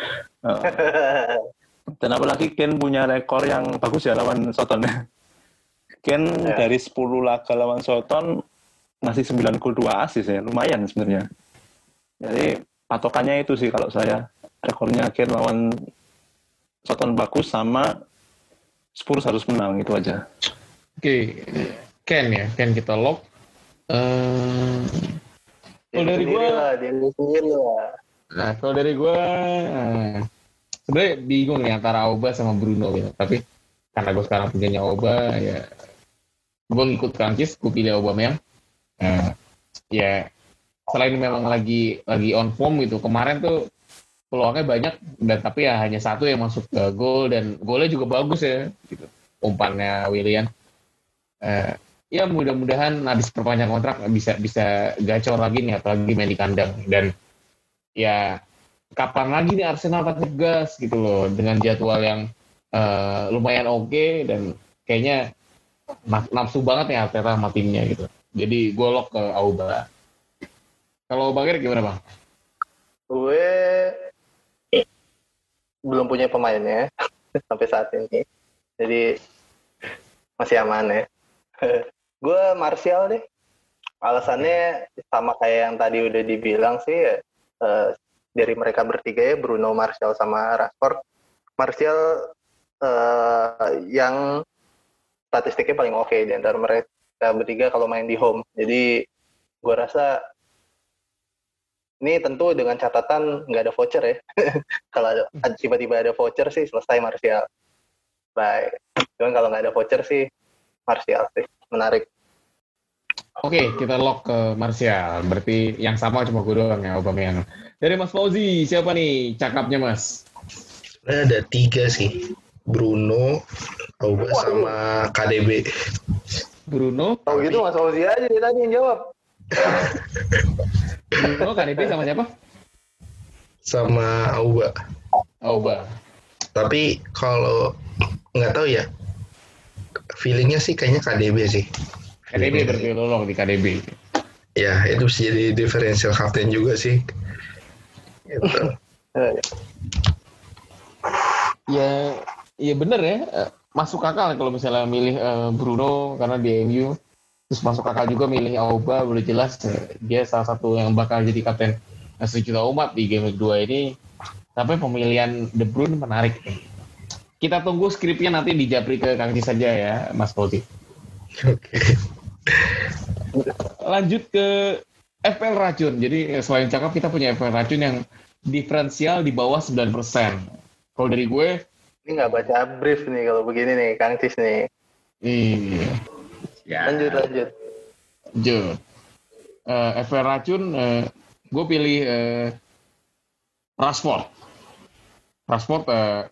Dan apalagi Ken punya rekor yang bagus ya lawan Soton. Ken ya. Dari sepuluh laga lawan Soton ngasih sembilan gol dua assist ya. Lumayan sebenarnya. Jadi patokannya itu sih kalau saya. Rekornya Ken lawan Soton bagus sama Spurs harus menang, itu aja. Oke, Ken ya, Ken kita lock. Uh, kalau dari gue, nah kalau dari gue, uh, sebenarnya bingung nih antara Auba sama Bruno gitu. Tapi karena gue sekarang punyanya Auba, ya gue ngikut Prancis, gue pilih Aubameyang. Uh, ya selain memang lagi lagi on form gitu, kemarin tuh peluangnya banyak dan tapi ya hanya satu yang masuk ke gol dan golnya juga bagus ya gitu. Umpannya Willian. Uh, ya mudah-mudahan habis perpanjang kontrak bisa bisa gacor lagi nih apalagi main di kandang dan ya kapan lagi nih Arsenal tancap gas gitu loh dengan jadwal yang uh, lumayan oke okay, dan kayaknya nafsu banget nih Arteta sama timnya gitu. Jadi gue lock ke Auba. Kalau Bang Erik gimana Bang? Gue belum punya pemainnya sampai saat ini, jadi masih aman ya. Gue Martial deh. Alasannya sama kayak yang tadi udah dibilang sih, ya, uh, dari mereka bertiga ya, Bruno, Martial sama Rashford. Martial uh, yang statistiknya paling oke okay di antara mereka bertiga kalau main di home. Jadi gue rasa ini tentu dengan catatan nggak ada voucher ya. Kalau tiba-tiba ada voucher sih selesai Martial. Baik. Cuman kalau nggak ada voucher sih Martial sih menarik. Oke, okay, kita lock ke Martial. Berarti yang sama cuma gue doang ya Aubameyang. Dari Mas Fauzi, siapa nih cakapnya Mas? Ada tiga sih. Bruno, Auba sama K D B. Bruno? Oh gitu Mas Fauzi aja dia tadi yang jawab. Bruno, K D B sama siapa? Sama Auba. Auba. Tapi kalau nggak tahu ya, feelingnya sih kayaknya K D B sih. K D B berarti lo lock di K D B. Ya itu bisa jadi differential captain juga sih. Gitu. Ya, ya bener ya. Masuk akal kalau misalnya milih uh, Bruno karena di M U. Terus masuk akal juga milih Auba, udah jelas dia salah satu yang bakal jadi kapten sejuta umat di game kedua ini. Tapi pemilihan De Bruyne menarik. Kita tunggu skripnya nanti dijapri ke Kang Cis saja ya, Mas Fauzi. Oke. Lanjut ke F P L Racun. Jadi selain cakap kita punya F P L Racun yang diferensial di bawah sembilan persen. Kalau dari gue, ini nggak baca brief nih kalau begini nih, Kang Cis nih. Iya. Ya. Lanjut, lanjut. Lanjut. Uh, F P L Racun, uh, gue pilih uh, Rashford. Rashford, uh,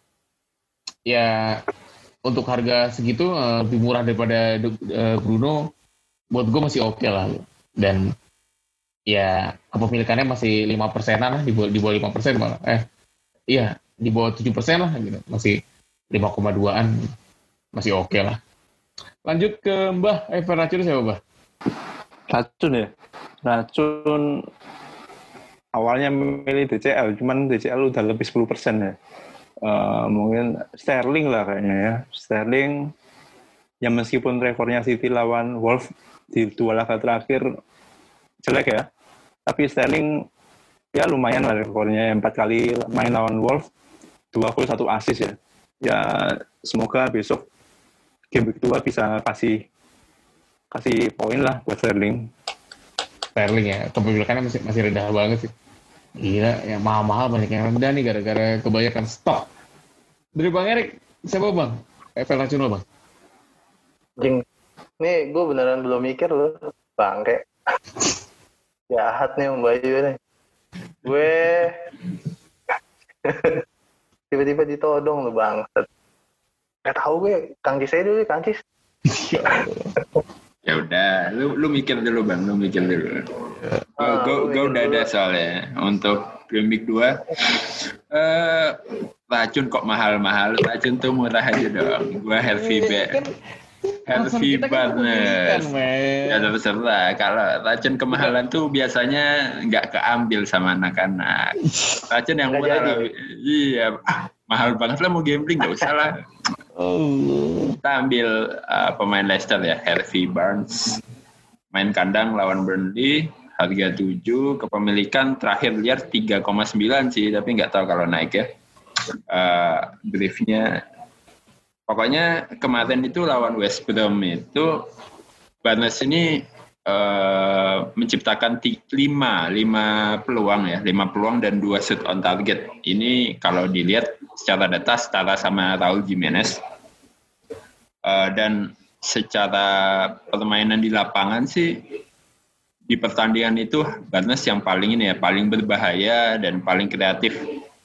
ya untuk harga segitu uh, lebih murah daripada uh, Bruno. Buat gue masih oke okay lah. Dan ya kepemilikannya masih lima persenan lah, di bawah, di bawah lima persen malah. Eh, iya, di bawah tujuh persen lah gitu. Masih lima koma dua-an. Masih oke okay lah. Lanjut ke Mbah, F P L Racun siapa Mbah? Racun ya? Racun awalnya milih D C L, cuman D C L udah lebih sepuluh persen ya. Uh, mungkin Sterling lah kayaknya ya. Sterling, yang meskipun rekornya City lawan Wolves di dua laga terakhir jelek ya, tapi Sterling ya lumayan lah rekornya, empat kali main lawan Wolves, dua gol satu assist ya. Ya semoga besok game kedua bisa kasih kasih poin lah buat Sterling. Sterling ya, kepemilikannya masih masih rendah banget sih. Gila, yang mahal-mahal banyak yang rendah nih gara-gara kebanyakan stok. Dari Bang Erik, siapa Bang? F P L Racun lo Bang? Jing, nih gue beneran belum mikir loh, bangke. Jahat nih Om Bayu nih. Gue tiba-tiba ditodong lo bang. Gak tahu gue, Kang Cis aja dulu, Kang Cis. Ya udah, lu lu mikir dulu Bang, lu mikir dulu. Gue gue udah ada soalnya untuk Game Week dua. Eh, racun kok mahal-mahal, racun tuh murah aja dong. Gue heavy bet. Heavy banget. Ya terserah. Kalau racun kemahalan tuh biasanya nggak keambil sama anak-anak. Racun yang murah lah. Iya, ah, mahal banget lah mau gambling, nggak usah lah. Oh. Kita ambil uh, pemain Leicester ya, Harvey Barnes. Main kandang lawan Burnley, harga tujuh, kepemilikan terakhir lihat tiga koma sembilan sih, tapi nggak tahu kalau naik ya. Uh, briefnya pokoknya kemarin itu lawan West Brom itu Barnes ini uh, menciptakan t- lima, lima peluang ya, lima peluang dan dua shoot on target. Ini kalau dilihat secara data setara sama Raul Jimenez. Uh, dan secara permainan di lapangan sih di pertandingan itu Barnes yang paling ini ya, paling berbahaya dan paling kreatif.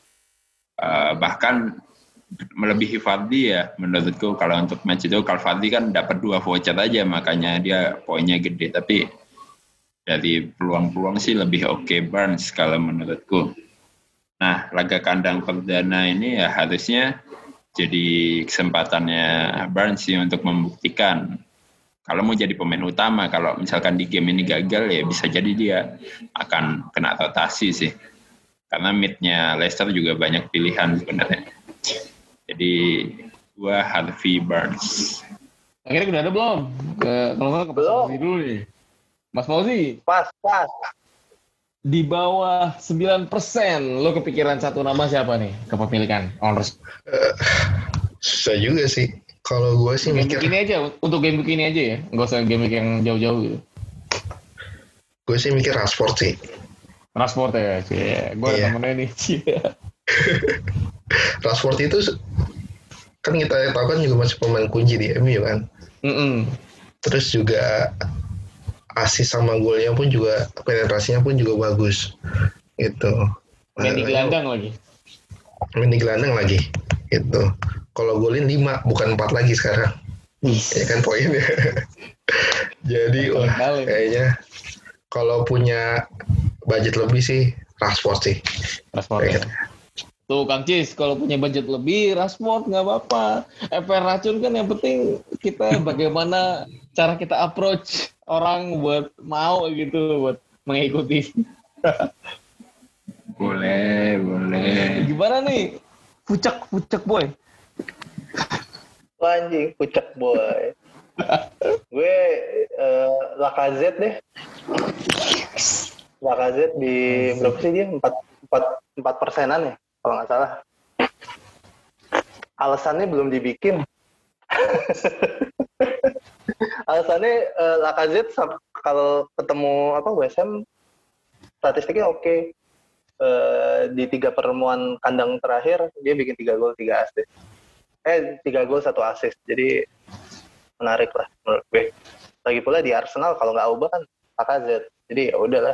Uh, bahkan melebihi Vardy ya menurutku. Kalau untuk match itu kalau Vardy kan dapat dua voucher aja makanya dia poinnya gede, tapi dari peluang-peluang sih lebih oke okay Barnes kalau menurutku. Nah, laga kandang perdana ini ya harusnya jadi kesempatannya Barnes sih untuk membuktikan kalau mau jadi pemain utama. Kalau misalkan di game ini gagal ya bisa jadi dia akan kena rotasi sih, karena mid-nya Leicester juga banyak pilihan sebenarnya. Jadi gua Harvey Barnes. Akhirnya udah ada belum? Ke kalau nggak ke Mas Fauzi dulu nih. Mas Fauzi. Pas, pas. Di bawah sembilan persen, lo kepikiran satu nama siapa nih kepemilikan owners? Uh, susah juga sih. Kalau gue sih game mikir. Game begini aja, untuk game begini aja ya. Nggak usah game yang jauh-jauh gitu. Gue sih mikir Rashford sih. Rashford ya, sih. Gue ada temennya nih. Rashford itu kan kita tahu kan juga masih pemain kunci di M U kan. Mm-mm. Terus juga asis sama golnya pun juga, penetrasinya pun juga bagus gitu. Main di gelandang lagi. Main di gelandang lagi gitu. Kalau golin lima bukan empat lagi sekarang. Ya kan poinnya. Jadi wah kayaknya kalau punya budget lebih sih Rashford sih. Rashford ya. Tuh Kang Cis, kalau punya budget lebih, Rashford nggak apa-apa. Efek racun kan yang penting kita bagaimana cara kita approach orang buat mau gitu, buat mengikuti. Boleh, boleh. Gimana nih? Pucak, pucak boy. Anjing, pucak boy. Gue uh, Lacazette deh. Lacazette di berapa sih dia? Empat empat empat persenan ya? Kalau nggak salah. Alasannya belum dibikin. Alasannya uh, Lacazette kalau ketemu apa West Ham statistiknya oke. Okay. Uh, di tiga pertemuan kandang terakhir dia bikin tiga gol tiga assist. Eh tiga gol satu assist. Jadi menarik lah menurut gue. Lagi pula di Arsenal kalau nggak Auba kan Lacazette. Jadi ya udahlah.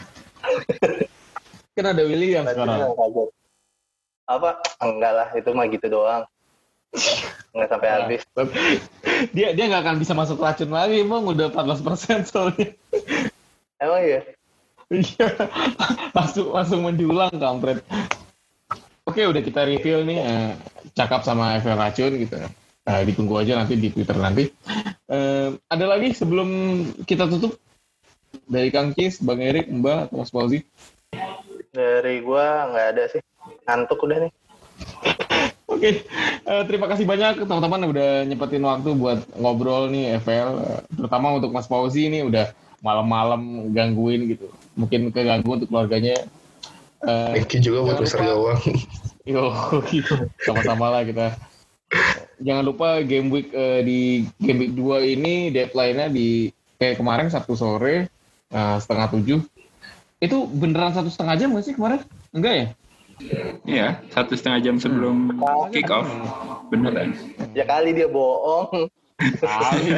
Kan ada William sekarang. Apa? Enggak lah, itu mah gitu doang. Enggak sampai nah, habis. Dia dia nggak akan bisa masuk racun lagi, emang udah empat belas persen soalnya. Emang iya? Iya. langsung langsung menjulang kampret. Oke, udah kita review nih eh, cakap sama F L racun gitu. Nah, ditunggu aja nanti di Twitter nanti. Eh, ada lagi sebelum kita tutup dari Kang Cis, Bang Erik, Mbak, Mas Fauzi? Dari gua nggak ada sih. Ngantuk udah nih. Oke, okay. uh, terima kasih banyak teman-teman udah nyepetin waktu buat ngobrol nih F L, uh, terutama untuk Mas Fauzi ini udah malam-malam gangguin gitu. Mungkin keganggu untuk keluarganya. Uh, Thank you juga buat besar gawang. Yo, gitu. Sama-sama lah kita. Jangan lupa game week uh, di game week dua ini deadline-nya di kayak kemarin Sabtu sore uh, setengah tujuh. Itu beneran satu setengah jam nggak sih kemarin? Enggak ya? Iya, satu setengah jam sebelum hmm. kick off. Beneran. Ya kali dia bohong. Kali.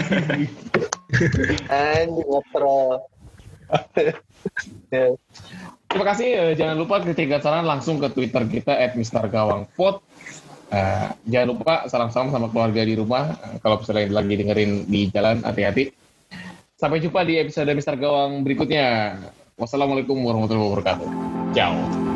Anjing ngetrol. Terima kasih. Jangan lupa ketika saran langsung ke Twitter kita at mister gawang pod. Uh, jangan lupa salam-salam sama keluarga di rumah. Uh, kalau misalnya lagi dengerin di jalan, hati-hati. Sampai jumpa di episode Mister Gawang berikutnya. Wassalamualaikum warahmatullahi wabarakatuh. Ciao.